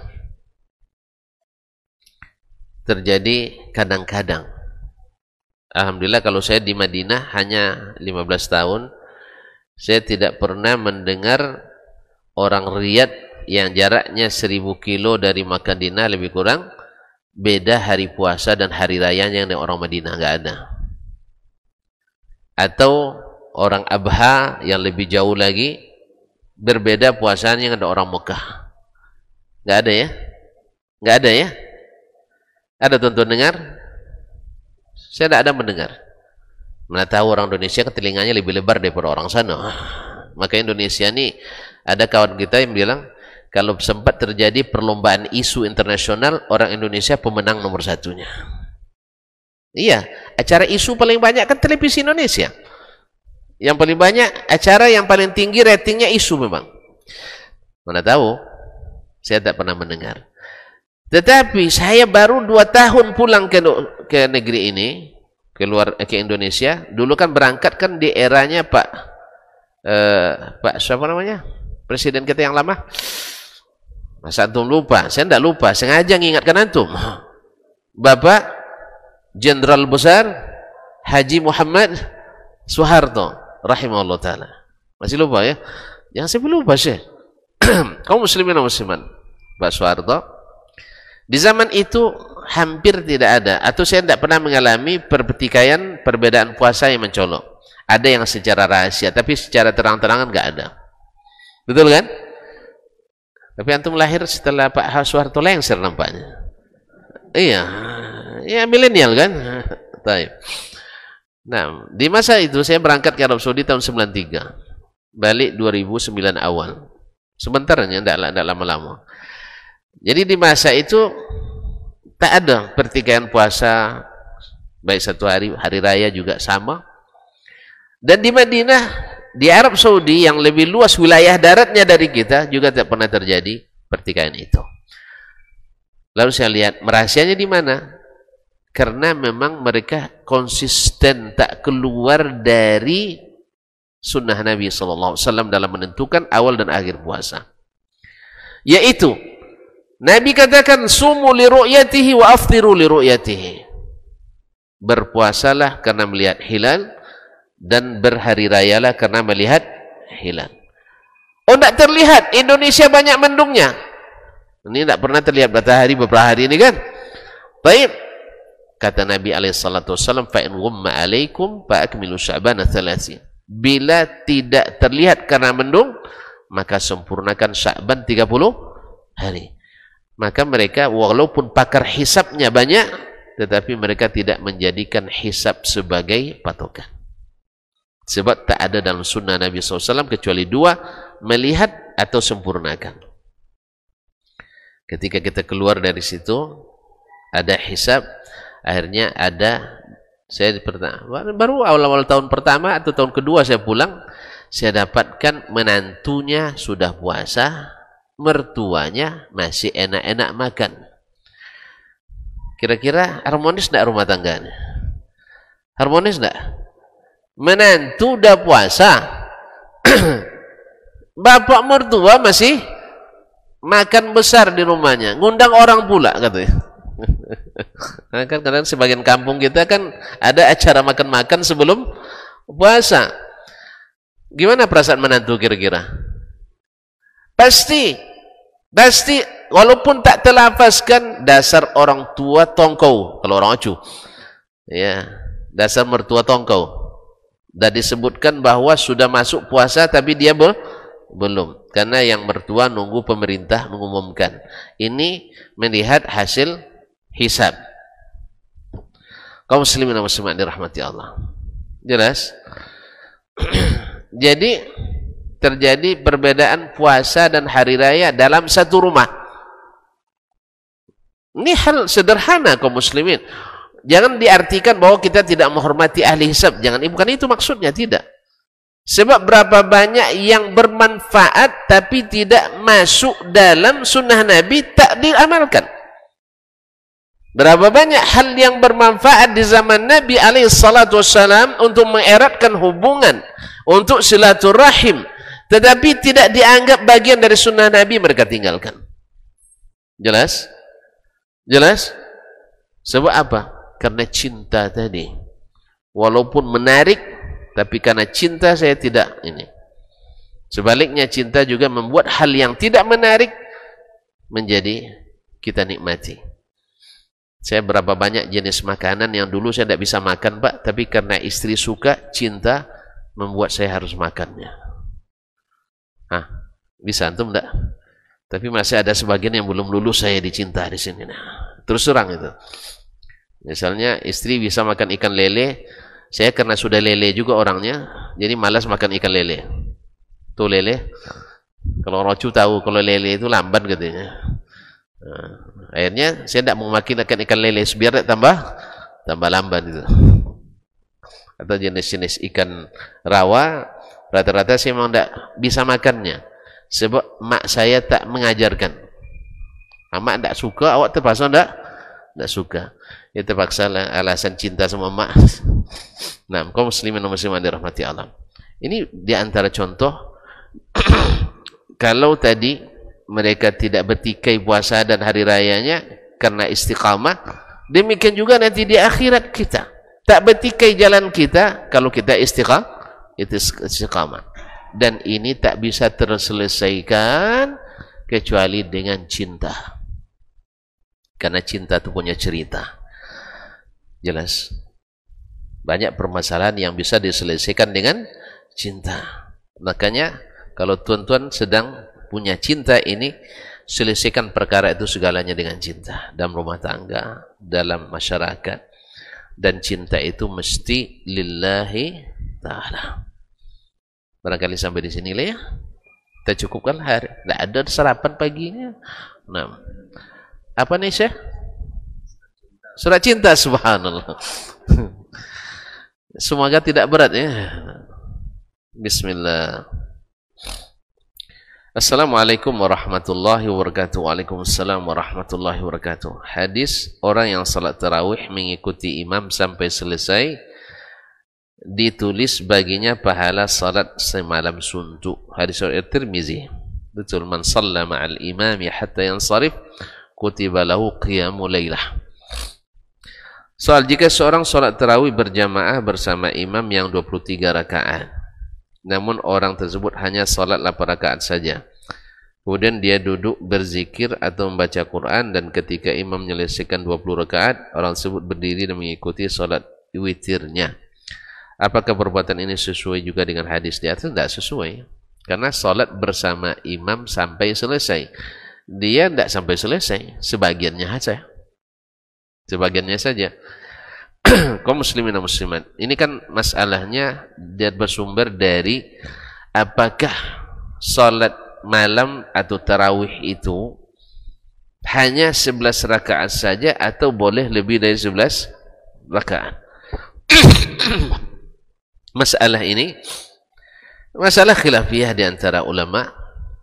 terjadi kadang-kadang, alhamdulillah kalau saya di Madinah hanya 15 tahun, saya tidak pernah mendengar orang Riyadh yang jaraknya 1000 kilo dari Madinah lebih kurang, beda hari puasa dan hari rayanya dengan orang Madinah, nggak ada. Atau orang Abha yang lebih jauh lagi, berbeda puasanya dengan orang Mekah. Nggak ada ya? Nggak ada ya? Ada tuan-tuan dengar? Saya tidak ada mendengar. Mana tahu orang Indonesia ke telinganya lebih lebar daripada orang sana. Maka Indonesia ini, ada kawan kita yang bilang, kalau sempat terjadi perlombaan isu internasional, orang Indonesia pemenang nomor satunya. Iya, acara isu paling banyak kan televisi Indonesia. Yang paling banyak, acara yang paling tinggi ratingnya isu memang. Mana tahu, saya tak pernah mendengar. Tetapi saya baru 2 tahun pulang ke negeri ini, ke Indonesia. Dulu kan berangkat kan di eranya Pak siapa namanya? Presiden kita yang lama. Masa antum lupa? Saya tidak lupa, sengaja mengingatkan antum. Bapak Jenderal Besar Haji Muhammad Soeharto rahimahullah ta'ala. Masih lupa ya? Jangan sampai lupa Syekh. Kaum muslimin dan muslimat, Pak Soeharto di zaman itu hampir tidak ada, atau saya tidak pernah mengalami pertikaian perbedaan puasa yang mencolok. Ada yang secara rahasia, tapi secara terang-terangan nggak ada. Betul kan? Tapi antum lahir setelah Pak Soeharto lengser nampaknya. Iya, ya milenial kan. Nah, di masa itu saya berangkat ke Arab Saudi tahun 93, balik 2009 awal. Sebentarnya, tidak lama-lama. Jadi di masa itu tak ada pertikaian puasa, baik satu hari raya juga sama. Dan di Madinah, di Arab Saudi yang lebih luas wilayah daratnya dari kita, juga tak pernah terjadi pertikaian itu. Lalu saya lihat rahasianya di mana? Karena memang mereka konsisten tak keluar dari sunnah Nabi SAW dalam menentukan awal dan akhir puasa. Yaitu Nabi katakan, sumu li ru'yatihi wa aftiru li ru'yatihi. Berpuasalah karena melihat hilal, dan berhari rayalah karena melihat hilal. Oh, tidak terlihat, Indonesia banyak mendungnya. Ini tidak pernah terlihat matahari beberapa hari ini kan. Baik, kata Nabi SAW, fa in ghumma alaikum fa akmilu sya'bana 30. Bila tidak terlihat karena mendung, maka sempurnakan Sya'ban 30 hari. maka mereka walaupun pakar hisabnya banyak, tetapi mereka tidak menjadikan hisab sebagai patokan. Sebab tak ada dalam sunnah Nabi SAW kecuali dua, melihat atau sempurnakan. Ketika kita keluar dari situ, ada hisab, akhirnya ada, saya baru awal-awal tahun pertama atau tahun kedua saya pulang, saya dapatkan menantunya sudah puasa, mertuanya masih enak-enak makan. Kira-kira harmonis enggak rumah tangganya? Harmonis enggak? Menantu udah puasa, bapak mertua masih makan besar di rumahnya, ngundang orang pula katanya. Nah, kan kadang sebagian kampung kita kan ada acara makan-makan sebelum puasa. Gimana perasaan menantu kira-kira? Pasti walaupun tak terlafazkan, dasar orang tua tongkau kalau orang Acu. Ya, dasar mertua tongkau. Dan disebutkan bahwa sudah masuk puasa tapi dia belum. Karena yang mertua nunggu pemerintah mengumumkan. Ini melihat hasil hisab. Kaum muslimin dan muslimat dirahmati Allah. Jelas? Jadi terjadi perbedaan puasa dan hari raya dalam satu rumah. Ini hal sederhana kaum muslimin. Jangan diartikan bahwa kita tidak menghormati ahli hisab. Bukan itu maksudnya, tidak. Sebab berapa banyak yang bermanfaat tapi tidak masuk dalam sunnah Nabi, tak diamalkan. Berapa banyak hal yang bermanfaat di zaman Nabi SAW untuk mengeratkan hubungan, untuk silaturahim, tetapi tidak dianggap bagian dari sunnah Nabi, mereka tinggalkan. Jelas? Jelas? Sebab apa? Karena cinta tadi. Walaupun menarik, tapi karena cinta saya tidak ini. Sebaliknya cinta juga membuat hal yang tidak menarik menjadi kita nikmati. Saya berapa banyak jenis makanan yang dulu saya tidak bisa makan, Pak, tapi karena istri suka, cinta membuat saya harus makannya. Hah, bisa antum enggak? Tapi masih ada sebagian yang belum lulus saya dicinta di sini. Nah, terus terang itu. Misalnya istri bisa makan ikan lele, saya karena sudah lele juga orangnya, jadi malas makan ikan lele. Tuh lele, kalau Rocu tahu kalau lele itu lamban katanya. Nah, akhirnya saya tidak mau makan ikan lele biar tambah lamban itu. Atau jenis-jenis ikan rawa, rata-rata saya memang tidak bisa makannya. Sebab mak saya tak mengajarkan. Mak tidak suka, awak terpaksa tidak suka. Ya terpaksa alasan cinta sama mak. Nah, kaum muslimin dan muslimat dirahmati Allah. Ini diantara contoh. Kalau tadi mereka tidak bertikai puasa dan hari rayanya karena istiqamah, demikian juga nanti di akhirat kita tak bertikai jalan kita kalau kita istiqamah. Dan ini tak bisa terselesaikan kecuali dengan cinta. Karena cinta itu punya cerita. Jelas? Banyak permasalahan yang bisa diselesaikan dengan cinta. Makanya kalau tuan-tuan sedang punya cinta ini, selesaikan perkara itu segalanya dengan cinta. Dalam rumah tangga, dalam masyarakat. Dan cinta itu mesti lillahi ta'ala. Barangkali sampai di sini lah ya. Kita cukupkan hari. Tidak ada sarapan paginya. Nah, apa nih Syekh? Surat cinta, subhanallah. Semoga tidak berat ya. Bismillah. Assalamualaikum warahmatullahi wabarakatuh. Waalaikumsalam warahmatullahi wabarakatuh. Hadis orang yang salat tarawih mengikuti imam sampai selesai, ditulis baginya pahala salat semalam suntuk. Hadis riwayat Tirmizi. Betul, man shalla ma'al imami hatta yansarif kutiba lahu qiyamul lailah. Soal jika seorang salat tarawih berjamaah bersama imam yang 23 rakaat, namun orang tersebut hanya salat 8 rakaat saja. Kemudian dia duduk berzikir atau membaca Quran, dan ketika imam menyelesaikan 20 rakaat, orang tersebut berdiri dan mengikuti salat witirnya. Apakah perbuatan ini sesuai juga dengan hadis di atas? Tidak sesuai. Karena salat bersama imam sampai selesai. dia tidak sampai selesai, sebagiannya saja. Sebagiannya saja. Kaum muslimin dan muslimat, ini kan masalahnya dia bersumber dari apakah salat malam atau tarawih itu hanya 11 rakaat saja atau boleh lebih dari 11 rakaat. Masalah ini masalah khilafiyah di antara ulama.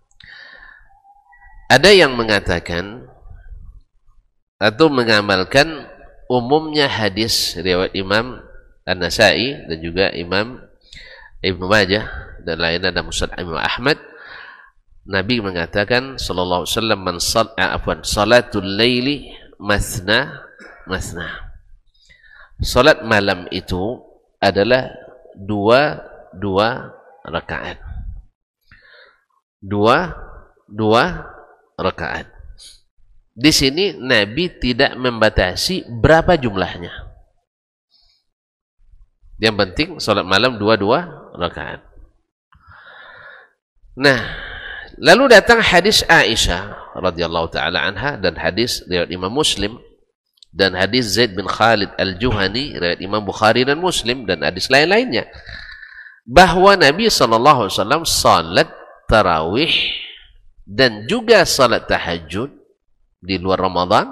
Ada yang mengatakan atau mengamalkan umumnya hadis riwayat Imam An-Nasai dan juga Imam Ibnu Majah dan lainnya dan Musnad Imam Ahmad. Nabi mengatakan sallallahu alaihi wasallam, salatul laili masna masna. Salat malam itu adalah dua rakaat. Dua rakaat. Di sini Nabi tidak membatasi berapa jumlahnya. Yang penting salat malam dua rakaat. Nah, lalu datang hadis Aisyah radhiyallahu taala anha dan hadis riwayat Imam Muslim dan hadis Zaid bin Khalid Al-Juhani riwayat Imam Bukhari dan Muslim dan hadis lain-lainnya bahwa Nabi sallallahu alaihi wasallam salat tarawih dan juga salat tahajud di luar Ramadan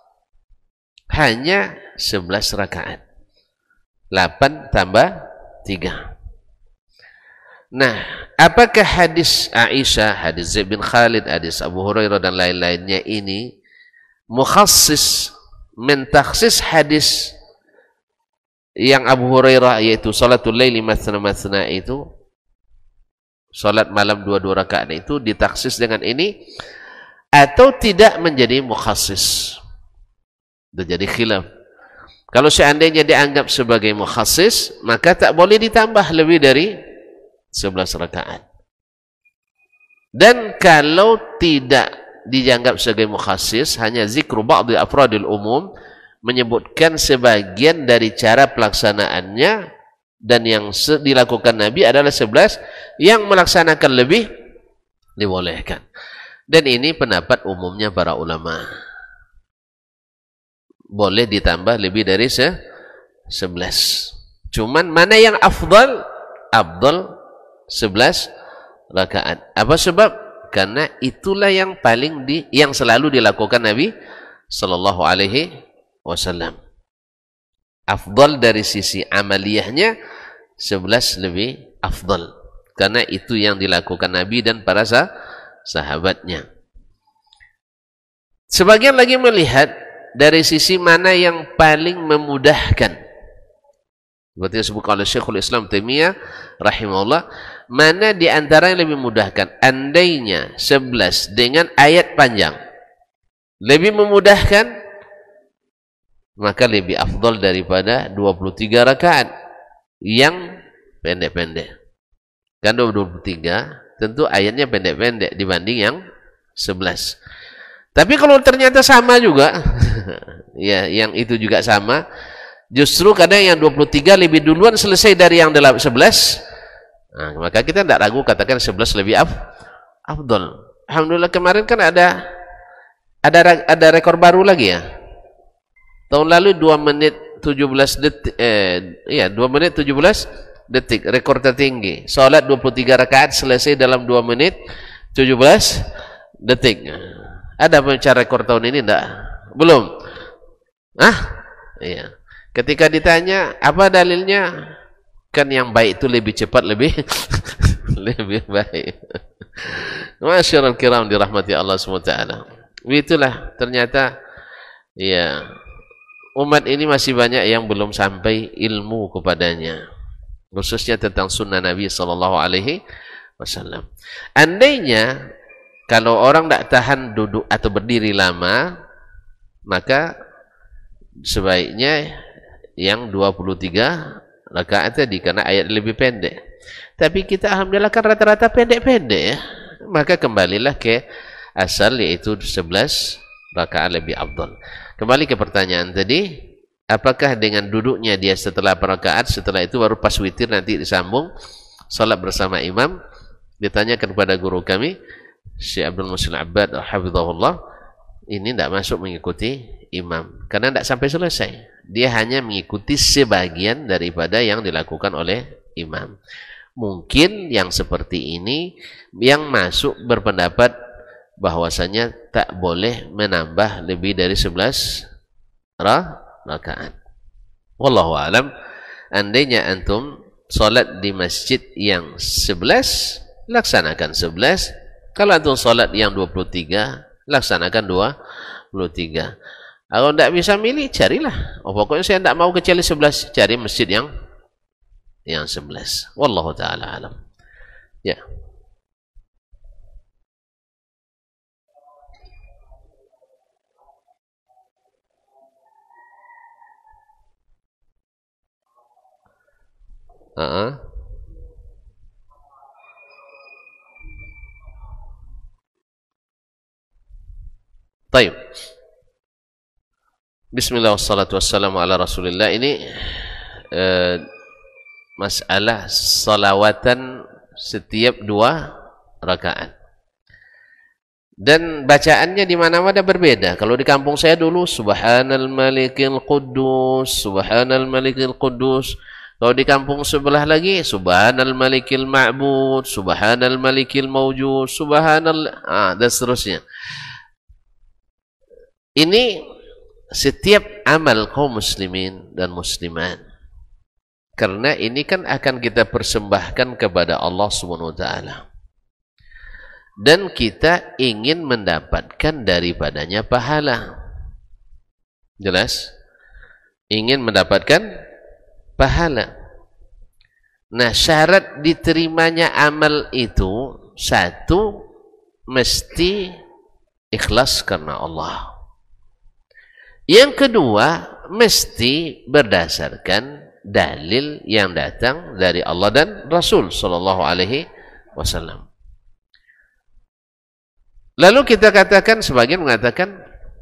hanya 11 rakaat. 8 tambah 3. Nah, apakah hadis Aisyah, hadis Zaid bin Khalid, hadis Abu Hurairah dan lain-lainnya ini mukhassis, mentaksis hadis yang Abu Hurairah yaitu salatul laili mathna mathna itu, salat malam 2 rakaat itu ditaksis dengan ini atau tidak menjadi mukhassis? Terjadi khilaf. Kalau seandainya dianggap sebagai mukhassis, maka tak boleh ditambah lebih dari 11 rakaat. Dan kalau tidak dianggap sebagai mukhassis, hanya zikru ba'di afradil umum, menyebutkan sebagian dari cara pelaksanaannya, dan yang dilakukan Nabi adalah 11, yang melaksanakan lebih dibolehkan. Dan ini pendapat umumnya para ulama. Boleh ditambah lebih dari 11. Cuman mana yang afdal? Afdal 11 rakaat. Apa sebab? Karena itulah yang yang selalu dilakukan Nabi sallallahu alaihi wasallam. Afdal dari sisi amaliyahnya 11 lebih afdal. Karena itu yang dilakukan Nabi dan para sahabatnya. Sebagian lagi melihat dari sisi mana yang paling memudahkan. Seperti disebut oleh Syekhul Islam Taimiyah rahimahullah, mana di antara yang lebih memudahkan? Andainya 11 dengan ayat panjang lebih memudahkan, maka lebih afdal daripada 23 rakaat yang pendek-pendek. Kan 23 tentu ayatnya pendek-pendek dibanding yang 11. Tapi kalau ternyata sama juga, ya yang itu juga sama, justru kadang yang 23 lebih duluan selesai dari yang 11, nah, maka kita tidak ragu katakan 11 lebih afdal. Alhamdulillah kemarin kan ada rekor baru lagi ya. Tahun lalu 2 menit 17 detik, 2 menit 17 detik, rekor tertinggi. Salat 23 rakaat selesai dalam 2 menit 17 detik. Ada pencari rekor tahun ini enggak? Belum. Iya. Ketika ditanya apa dalilnya, kan yang baik itu lebih cepat, lebih lebih baik. Masyaallah kiram dirahmati Allah SWT. Itulah ternyata ya umat ini masih banyak yang belum sampai ilmu kepadanya, khususnya tentang sunnah Nabi sallallahu alaihi wasallam. Andainya kalau orang tidak tahan duduk atau berdiri lama, maka sebaiknya yang 23 rakaat tadi, karena ayat lebih pendek. Tapi kita alhamdulillah kan rata-rata pendek-pendek ya. Maka kembalilah ke asal, yaitu 11 rakaat lebih afdal. Kembali ke pertanyaan tadi, apakah dengan duduknya dia setelah rakaat, setelah itu baru pas witir nanti disambung salat bersama imam? Ditanyakan kepada guru kami, Syekh Abdul Muhsin Abbad hafizahullah, ini tidak masuk mengikuti imam karena tidak sampai selesai. Dia hanya mengikuti sebagian daripada yang dilakukan oleh imam. Mungkin yang seperti ini yang masuk berpendapat bahwasanya tak boleh menambah lebih dari 11 rakaat. Wallahu alam. Andainya antum salat di masjid yang 11, laksanakan 11. Kalau antum salat yang 23, laksanakan 23. Kalau tidak bisa milih, carilah. Oh, pokoknya saya tidak mau kecuali 11, cari masjid yang 11. Wallahu taala alam. Ya. Baik. Bismillah wassalatu wassalamu ala Rasulillah. Ini masalah salawatan setiap 2 rakaat. Dan bacaannya di mana-mana berbeda. Kalau di kampung saya dulu Subhanal Malikil Quddus, Subhanal Malikil Quddus. Kalau di kampung sebelah lagi Subhanal Malikil Ma'bud, Subhanal Malikil Mawjud, Subhanal dan seterusnya. Ini setiap amal kaum muslimin dan muslimat. Karena ini kan akan kita persembahkan kepada Allah Subhanahu wa taala. Dan kita ingin mendapatkan daripadanya pahala. Jelas? Ingin mendapatkan pahala. Nah, syarat diterimanya amal itu, satu, mesti ikhlas karena Allah. Yang kedua, mesti berdasarkan dalil yang datang dari Allah dan Rasul sallallahu alaihi wasallam. Lalu kita katakan, sebagian mengatakan,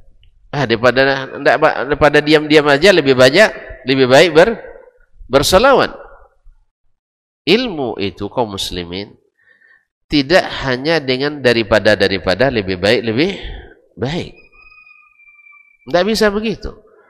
daripada diam-diam aja lebih baik berselawat. Ilmu itu kaum muslimin tidak hanya dengan daripada lebih baik. Tidak bisa begitu.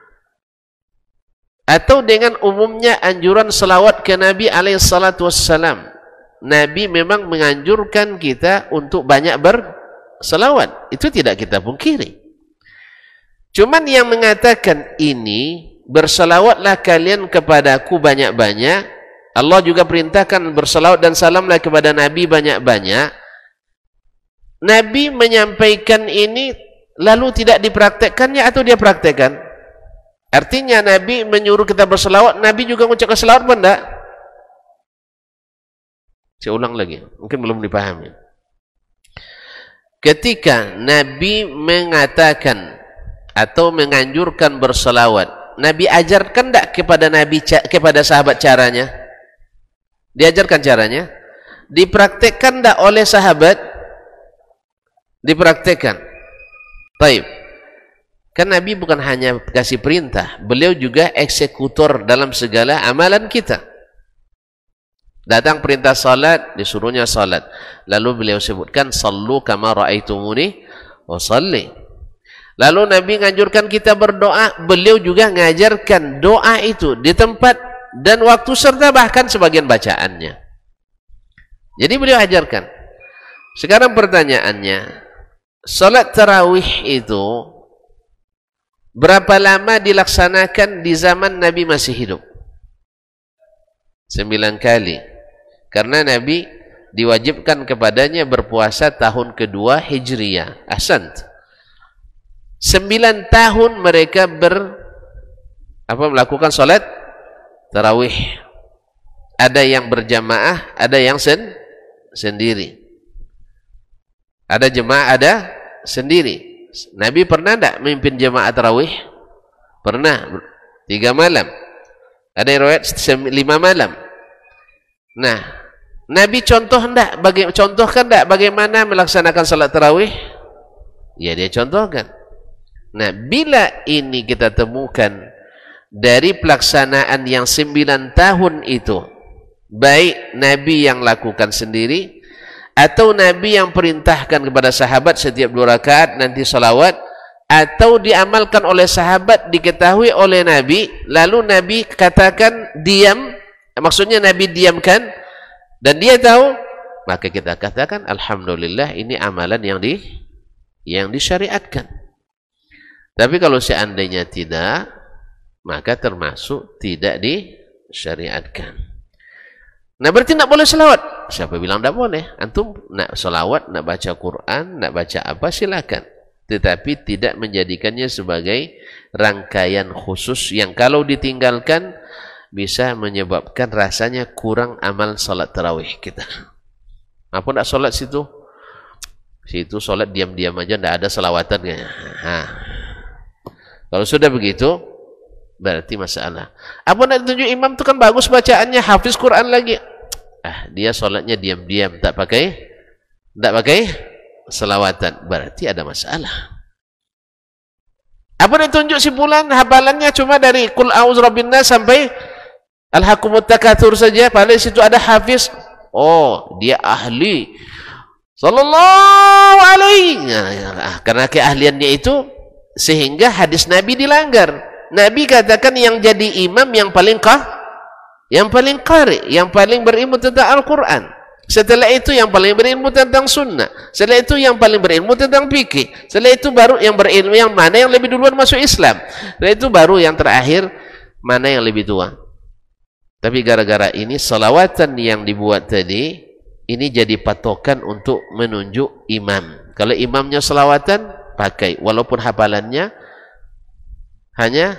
Atau dengan umumnya anjuran selawat ke Nabi alaihissalatu wassalam. Nabi memang menganjurkan kita untuk banyak berselawat. Itu tidak kita pungkiri. Cuman yang mengatakan ini, berselawatlah kalian kepadaku banyak-banyak. Allah juga perintahkan berselawat dan salamlah kepada Nabi banyak-banyak. Nabi menyampaikan ini lalu tidak dipraktekkannya atau dia praktekkan? Artinya Nabi menyuruh kita berselawat, Nabi juga mengucapkan selawat pun enggak? Saya ulang lagi, mungkin belum dipahami. Ketika Nabi mengatakan atau menganjurkan berselawat, Nabi ajarkan enggak kepada sahabat caranya? Diajarkan caranya? Dipraktekkan enggak oleh sahabat? Dipraktekkan. Baik. Kan Nabi bukan hanya kasih perintah, beliau juga eksekutor dalam segala amalan kita. Datang perintah salat, disuruhnya salat. Lalu beliau sebutkan, sallu kama ra'aitumuni wa salli. Lalu Nabi menganjurkan kita berdoa, beliau juga mengajarkan doa itu di tempat dan waktu serta bahkan sebagian bacaannya. Jadi beliau ajarkan. Sekarang pertanyaannya, salat tarawih itu berapa lama dilaksanakan di zaman Nabi masih hidup? 9 kali. Karena Nabi diwajibkan kepadanya berpuasa tahun kedua Hijriyah. Ahsant. 9 tahun mereka melakukan salat tarawih. Ada yang berjamaah, ada yang sendiri. Ada jemaah, ada sendiri. Nabi pernah tidak memimpin jemaah tarawih? Pernah. 3 malam. Ada yang riwayat 5 malam. Nah, Nabi contohkan tidak bagaimana melaksanakan salat tarawih? Ya, dia contohkan. Nah, bila ini kita temukan dari pelaksanaan yang 9 tahun itu, baik Nabi yang lakukan sendiri atau Nabi yang perintahkan kepada sahabat setiap 2 rakaat nanti salawat, atau diamalkan oleh sahabat, diketahui oleh Nabi, lalu Nabi katakan diam, maksudnya Nabi diamkan dan dia tahu, maka kita katakan alhamdulillah ini amalan yang disyariatkan. Tapi kalau seandainya tidak, maka termasuk tidak disyariatkan. Nah, berarti tidak boleh selawat. Siapa bilang tidak boleh? Antum nak selawat, nak baca Quran, nak baca apa, silakan. Tetapi tidak menjadikannya sebagai rangkaian khusus yang kalau ditinggalkan bisa menyebabkan rasanya kurang amal salat tarawih kita. Apa nak salat situ? Situ salat diam-diam aja, tidak ada selawatan kayaknya. Kalau sudah begitu, berarti masalah. Apa nak tunjuk imam itu kan bagus bacaannya, hafiz Quran lagi. Dia salatnya diam-diam, tak pakai selawatan, berarti ada masalah. Apa nak tunjuk simpulan hafalannya cuma dari Qul a'udzu birabbin nas sampai Alhaakumut takatsur saja, pada situ ada hafiz. Oh, dia ahli. Sallallahu alaihi. Karena keahliannya itu sehingga hadis Nabi dilanggar. Nabi katakan yang jadi imam yang paling qari, yang paling berilmu tentang Al-Quran. Setelah itu yang paling berilmu tentang sunnah. Setelah itu yang paling berilmu tentang fikih. Setelah itu baru yang berilmu yang mana yang lebih duluan masuk Islam. Setelah itu baru yang terakhir mana yang lebih tua. Tapi gara-gara ini salawatan yang dibuat tadi ini jadi patokan untuk menunjuk imam. Kalau imamnya salawatan pakai, walaupun hafalannya hanya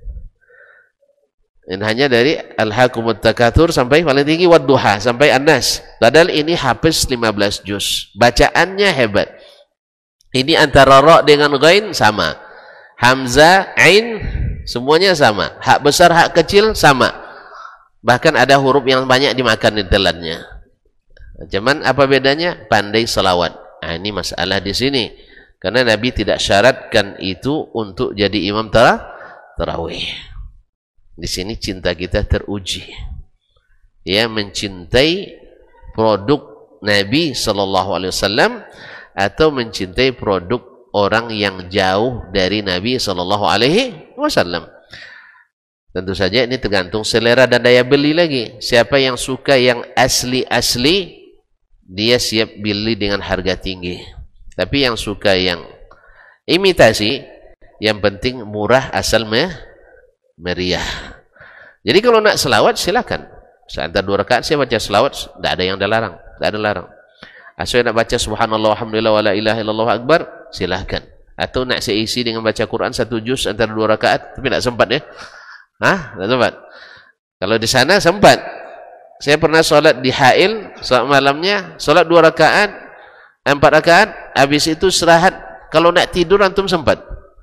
dari Alhaakumut takatsur sampai paling tinggi wadduha sampai An-Nas. Padahal ini hafiz 15 juz. Bacaannya hebat. Ini antara ra dengan ghain sama. Hamzah, ain semuanya sama. Hak besar, hak kecil sama. Bahkan ada huruf yang banyak dimakan di telannya. Cuman apa bedanya? Pandai selawat. Ini masalah di sini. Karena Nabi tidak syaratkan itu untuk jadi imam tarawih. Di sini cinta kita teruji. Ya, mencintai produk Nabi sallallahu alaihi wasallam atau mencintai produk orang yang jauh dari Nabi sallallahu alaihi wasallam. Tentu saja ini tergantung selera dan daya beli lagi. Siapa yang suka yang asli-asli, dia siap beli dengan harga tinggi. Tapi yang suka yang imitasi, yang penting murah asal meriah. Jadi kalau nak selawat silakan. Seantara 2 rakaat saya baca selawat, tidak ada yang dilarang, tidak ada larang. Asal nak baca subhanallah alhamdulillah wa la ilaha illallah akbar, silakan. Atau nak seisi dengan baca Quran 1 juz antara 2 rakaat, tapi tidak sempat ya. Tidak sempat. Kalau di sana sempat. Saya pernah sholat di Hail, sholat malamnya, sholat 2 rakaat, 4 rakaat, habis itu istirahat. Kalau nak tidur antum sempat.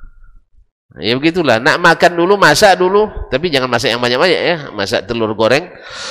Ya begitulah, nak makan dulu, masak dulu, tapi jangan masak yang banyak-banyak ya. Masak telur goreng,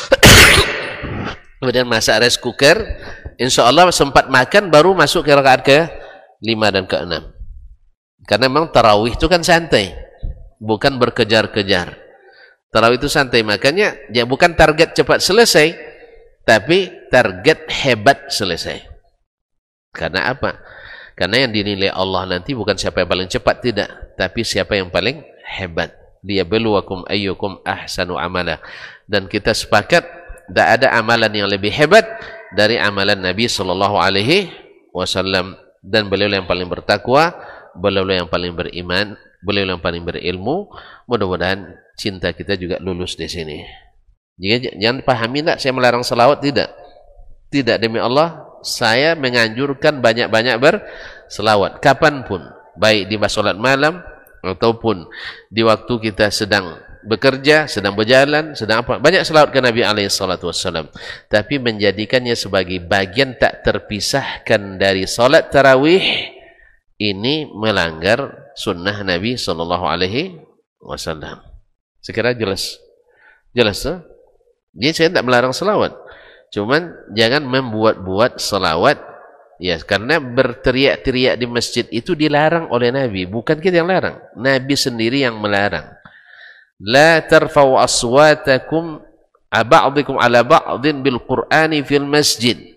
kemudian masak rice cooker. Insya Allah sempat makan, baru masuk ke rakaat ke-5 dan ke-6. Karena memang tarawih itu kan santai, bukan berkejar-kejar. Tarawih itu santai, makanya ya bukan target cepat selesai, tapi target hebat selesai. Karena apa? Karena yang dinilai Allah nanti bukan siapa yang paling cepat, tidak, tapi siapa yang paling hebat. Liyabluwakum ayyukum ahsanu amala. Dan kita sepakat tidak ada amalan yang lebih hebat dari amalan Nabi sallallahu alaihi wasallam, dan beliau yang paling bertakwa, beliau yang paling beriman, beliau yang paling berilmu. Mudah-mudahan cinta kita juga lulus di sini. Jangan pahami tidak saya melarang selawat, tidak. Tidak, demi Allah saya menganjurkan banyak-banyak berselawat kapanpun, baik di salat malam ataupun di waktu kita sedang bekerja, sedang berjalan, sedang apa. Banyak selawat ke Nabi alaihi salatu wassalam. Tapi menjadikannya sebagai bagian tak terpisahkan dari salat tarawih, ini melanggar sunnah Nabi sallallahu alaihi wasallam. Sekira jelas. Jelas tuh? Jadi saya tidak melarang selawat. Cuman jangan membuat-buat selawat. Ya, karena berteriak-teriak di masjid itu dilarang oleh Nabi. Bukan kita yang larang. Nabi sendiri yang melarang. La tarfa'u aswatakum ba'dikum ala ba'din bil Qur'ani fil masjid.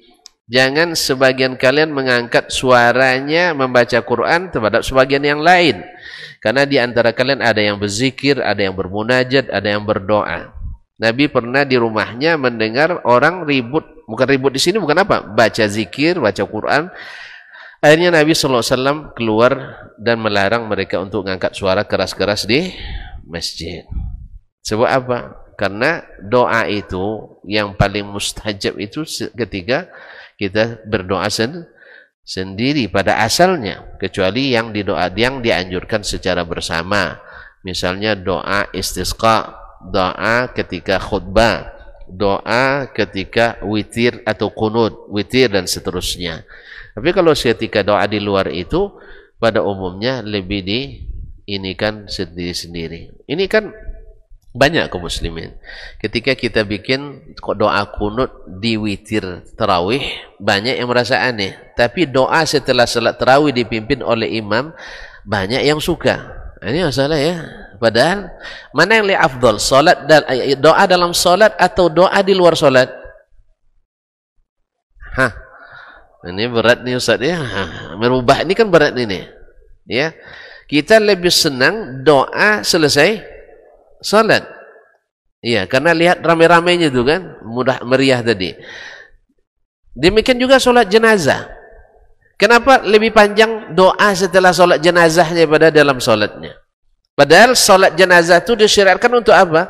Jangan sebagian kalian mengangkat suaranya membaca Quran terhadap sebagian yang lain. Karena di antara kalian ada yang berzikir, ada yang bermunajat, ada yang berdoa. Nabi pernah di rumahnya mendengar orang ribut, bukan ribut di sini bukan apa, baca zikir, baca Quran. Akhirnya Nabi SAW keluar dan melarang mereka untuk mengangkat suara keras-keras di masjid. Sebab apa? Karena doa itu yang paling mustajab itu ketika kita berdoa sendiri pada asalnya, kecuali yang dianjurkan secara bersama. Misalnya doa istisqa, doa ketika khutbah, doa ketika witir atau kunut, witir dan seterusnya. Tapi kalau ketika doa di luar itu pada umumnya lebih diinikan sendiri-sendiri. Ini kan banyak kaum muslimin. Ketika kita bikin doa kunut di witir tarawih, banyak yang merasa aneh. Tapi doa setelah salat tarawih dipimpin oleh imam, banyak yang suka. Ini masalah ya. Padahal mana yang lebih afdal? Doa dalam salat atau doa di luar salat? Hah. Ini berat nih Ustaz ya. Merubah ini kan berat ini. Ya. Kita lebih senang doa selesai salat. Iya, karena lihat rame-ramenya itu kan, mudah meriah tadi. Demikian juga salat jenazah. Kenapa lebih panjang doa setelah salat jenazahnya daripada dalam salatnya? Padahal salat jenazah itu disyariatkan untuk apa?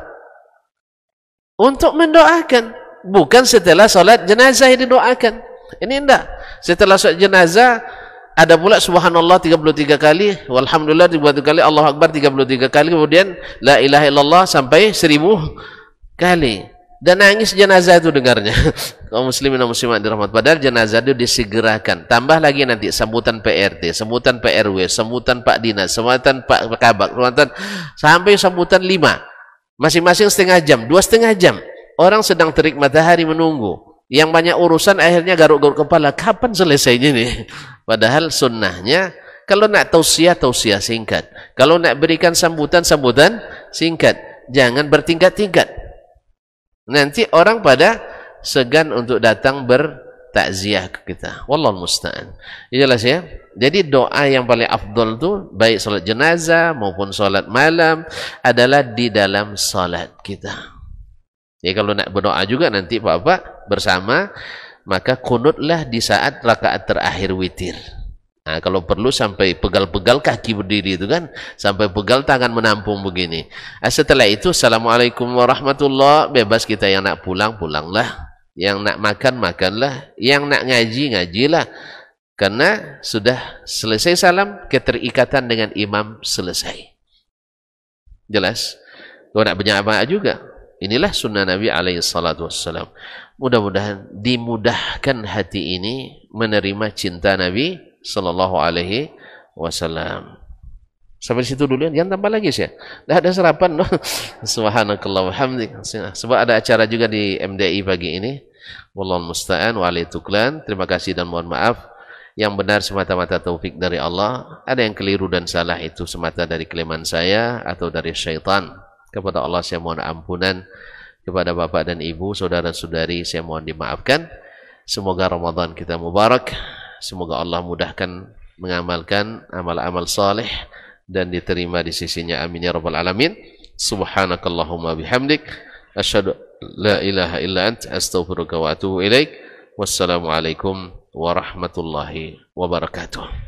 Untuk mendoakan, bukan setelah salat jenazah yang didoakan. Ini enggak. Setelah salat jenazah ada pula subhanallah 33 kali, walhamdulillah 33 kali, Allahu akbar 33 kali, kemudian la ilaha illallah sampai 1000 kali. Dan nangis jenazah itu dengarnya. Kaum muslimin dan muslimat dirahmati. Padahal jenazah itu disegerakan. Tambah lagi nanti sambutan PRT, sambutan PRW, sambutan Pak Dinas, sambutan Pak Kabak, sampai sambutan 5. Masing-masing setengah jam, 2,5 jam. Orang sedang terik matahari menunggu. Yang banyak urusan akhirnya garuk-garuk kepala. Kapan selesainya nih? Padahal sunnahnya, kalau nak tausiah singkat. Kalau nak berikan sambutan singkat. Jangan bertingkat-tingkat. Nanti orang pada segan untuk datang bertakziah ke kita. Wallahu musta'an. Jelas ya? Jadi doa yang paling afdal itu baik salat jenazah maupun salat malam adalah di dalam salat kita. Ya kalau nak berdoa juga nanti Bapak bersama, maka kunutlah di saat rakaat terakhir witir. Nah, kalau perlu sampai pegal-pegal kaki berdiri itu kan, sampai pegal tangan menampung begini. Setelah itu assalamualaikum warahmatullahi, bebas kita, yang nak pulang pulanglah, yang nak makan makanlah, yang nak ngaji ngajilah. Karena sudah selesai salam, keterikatan dengan imam selesai. Jelas? Kalau nak banyak-banyak juga. Inilah sunnah Nabi alaihi salatu wassalam. Mudah-mudahan dimudahkan hati ini menerima cinta Nabi sallallahu alaihi wasallam. Sampai situ dulu, jangan tambah lagi sih. Dah ada sarapan loh. Subhanakallah walhamdulillah. Sebab ada acara juga di MDI pagi ini. Wallahu musta'an wa alaihi tuklan. Terima kasih dan mohon maaf. Yang benar semata-mata taufik dari Allah. Ada yang keliru dan salah itu semata dari kelemahan saya atau dari syaitan. Kepada Allah saya mohon ampunan. Kepada bapak dan ibu, saudara-saudari saya mohon dimaafkan. Semoga Ramadan kita mubarak. Semoga Allah mudahkan mengamalkan amal-amal saleh dan diterima di sisinya. Amin ya rabbal alamin. Subhanakallahumma bihamdik, asyhadu la ilaha illa anta, astaghfiruka wa atubu ilaik. Wassalamualaikum warahmatullahi wabarakatuh.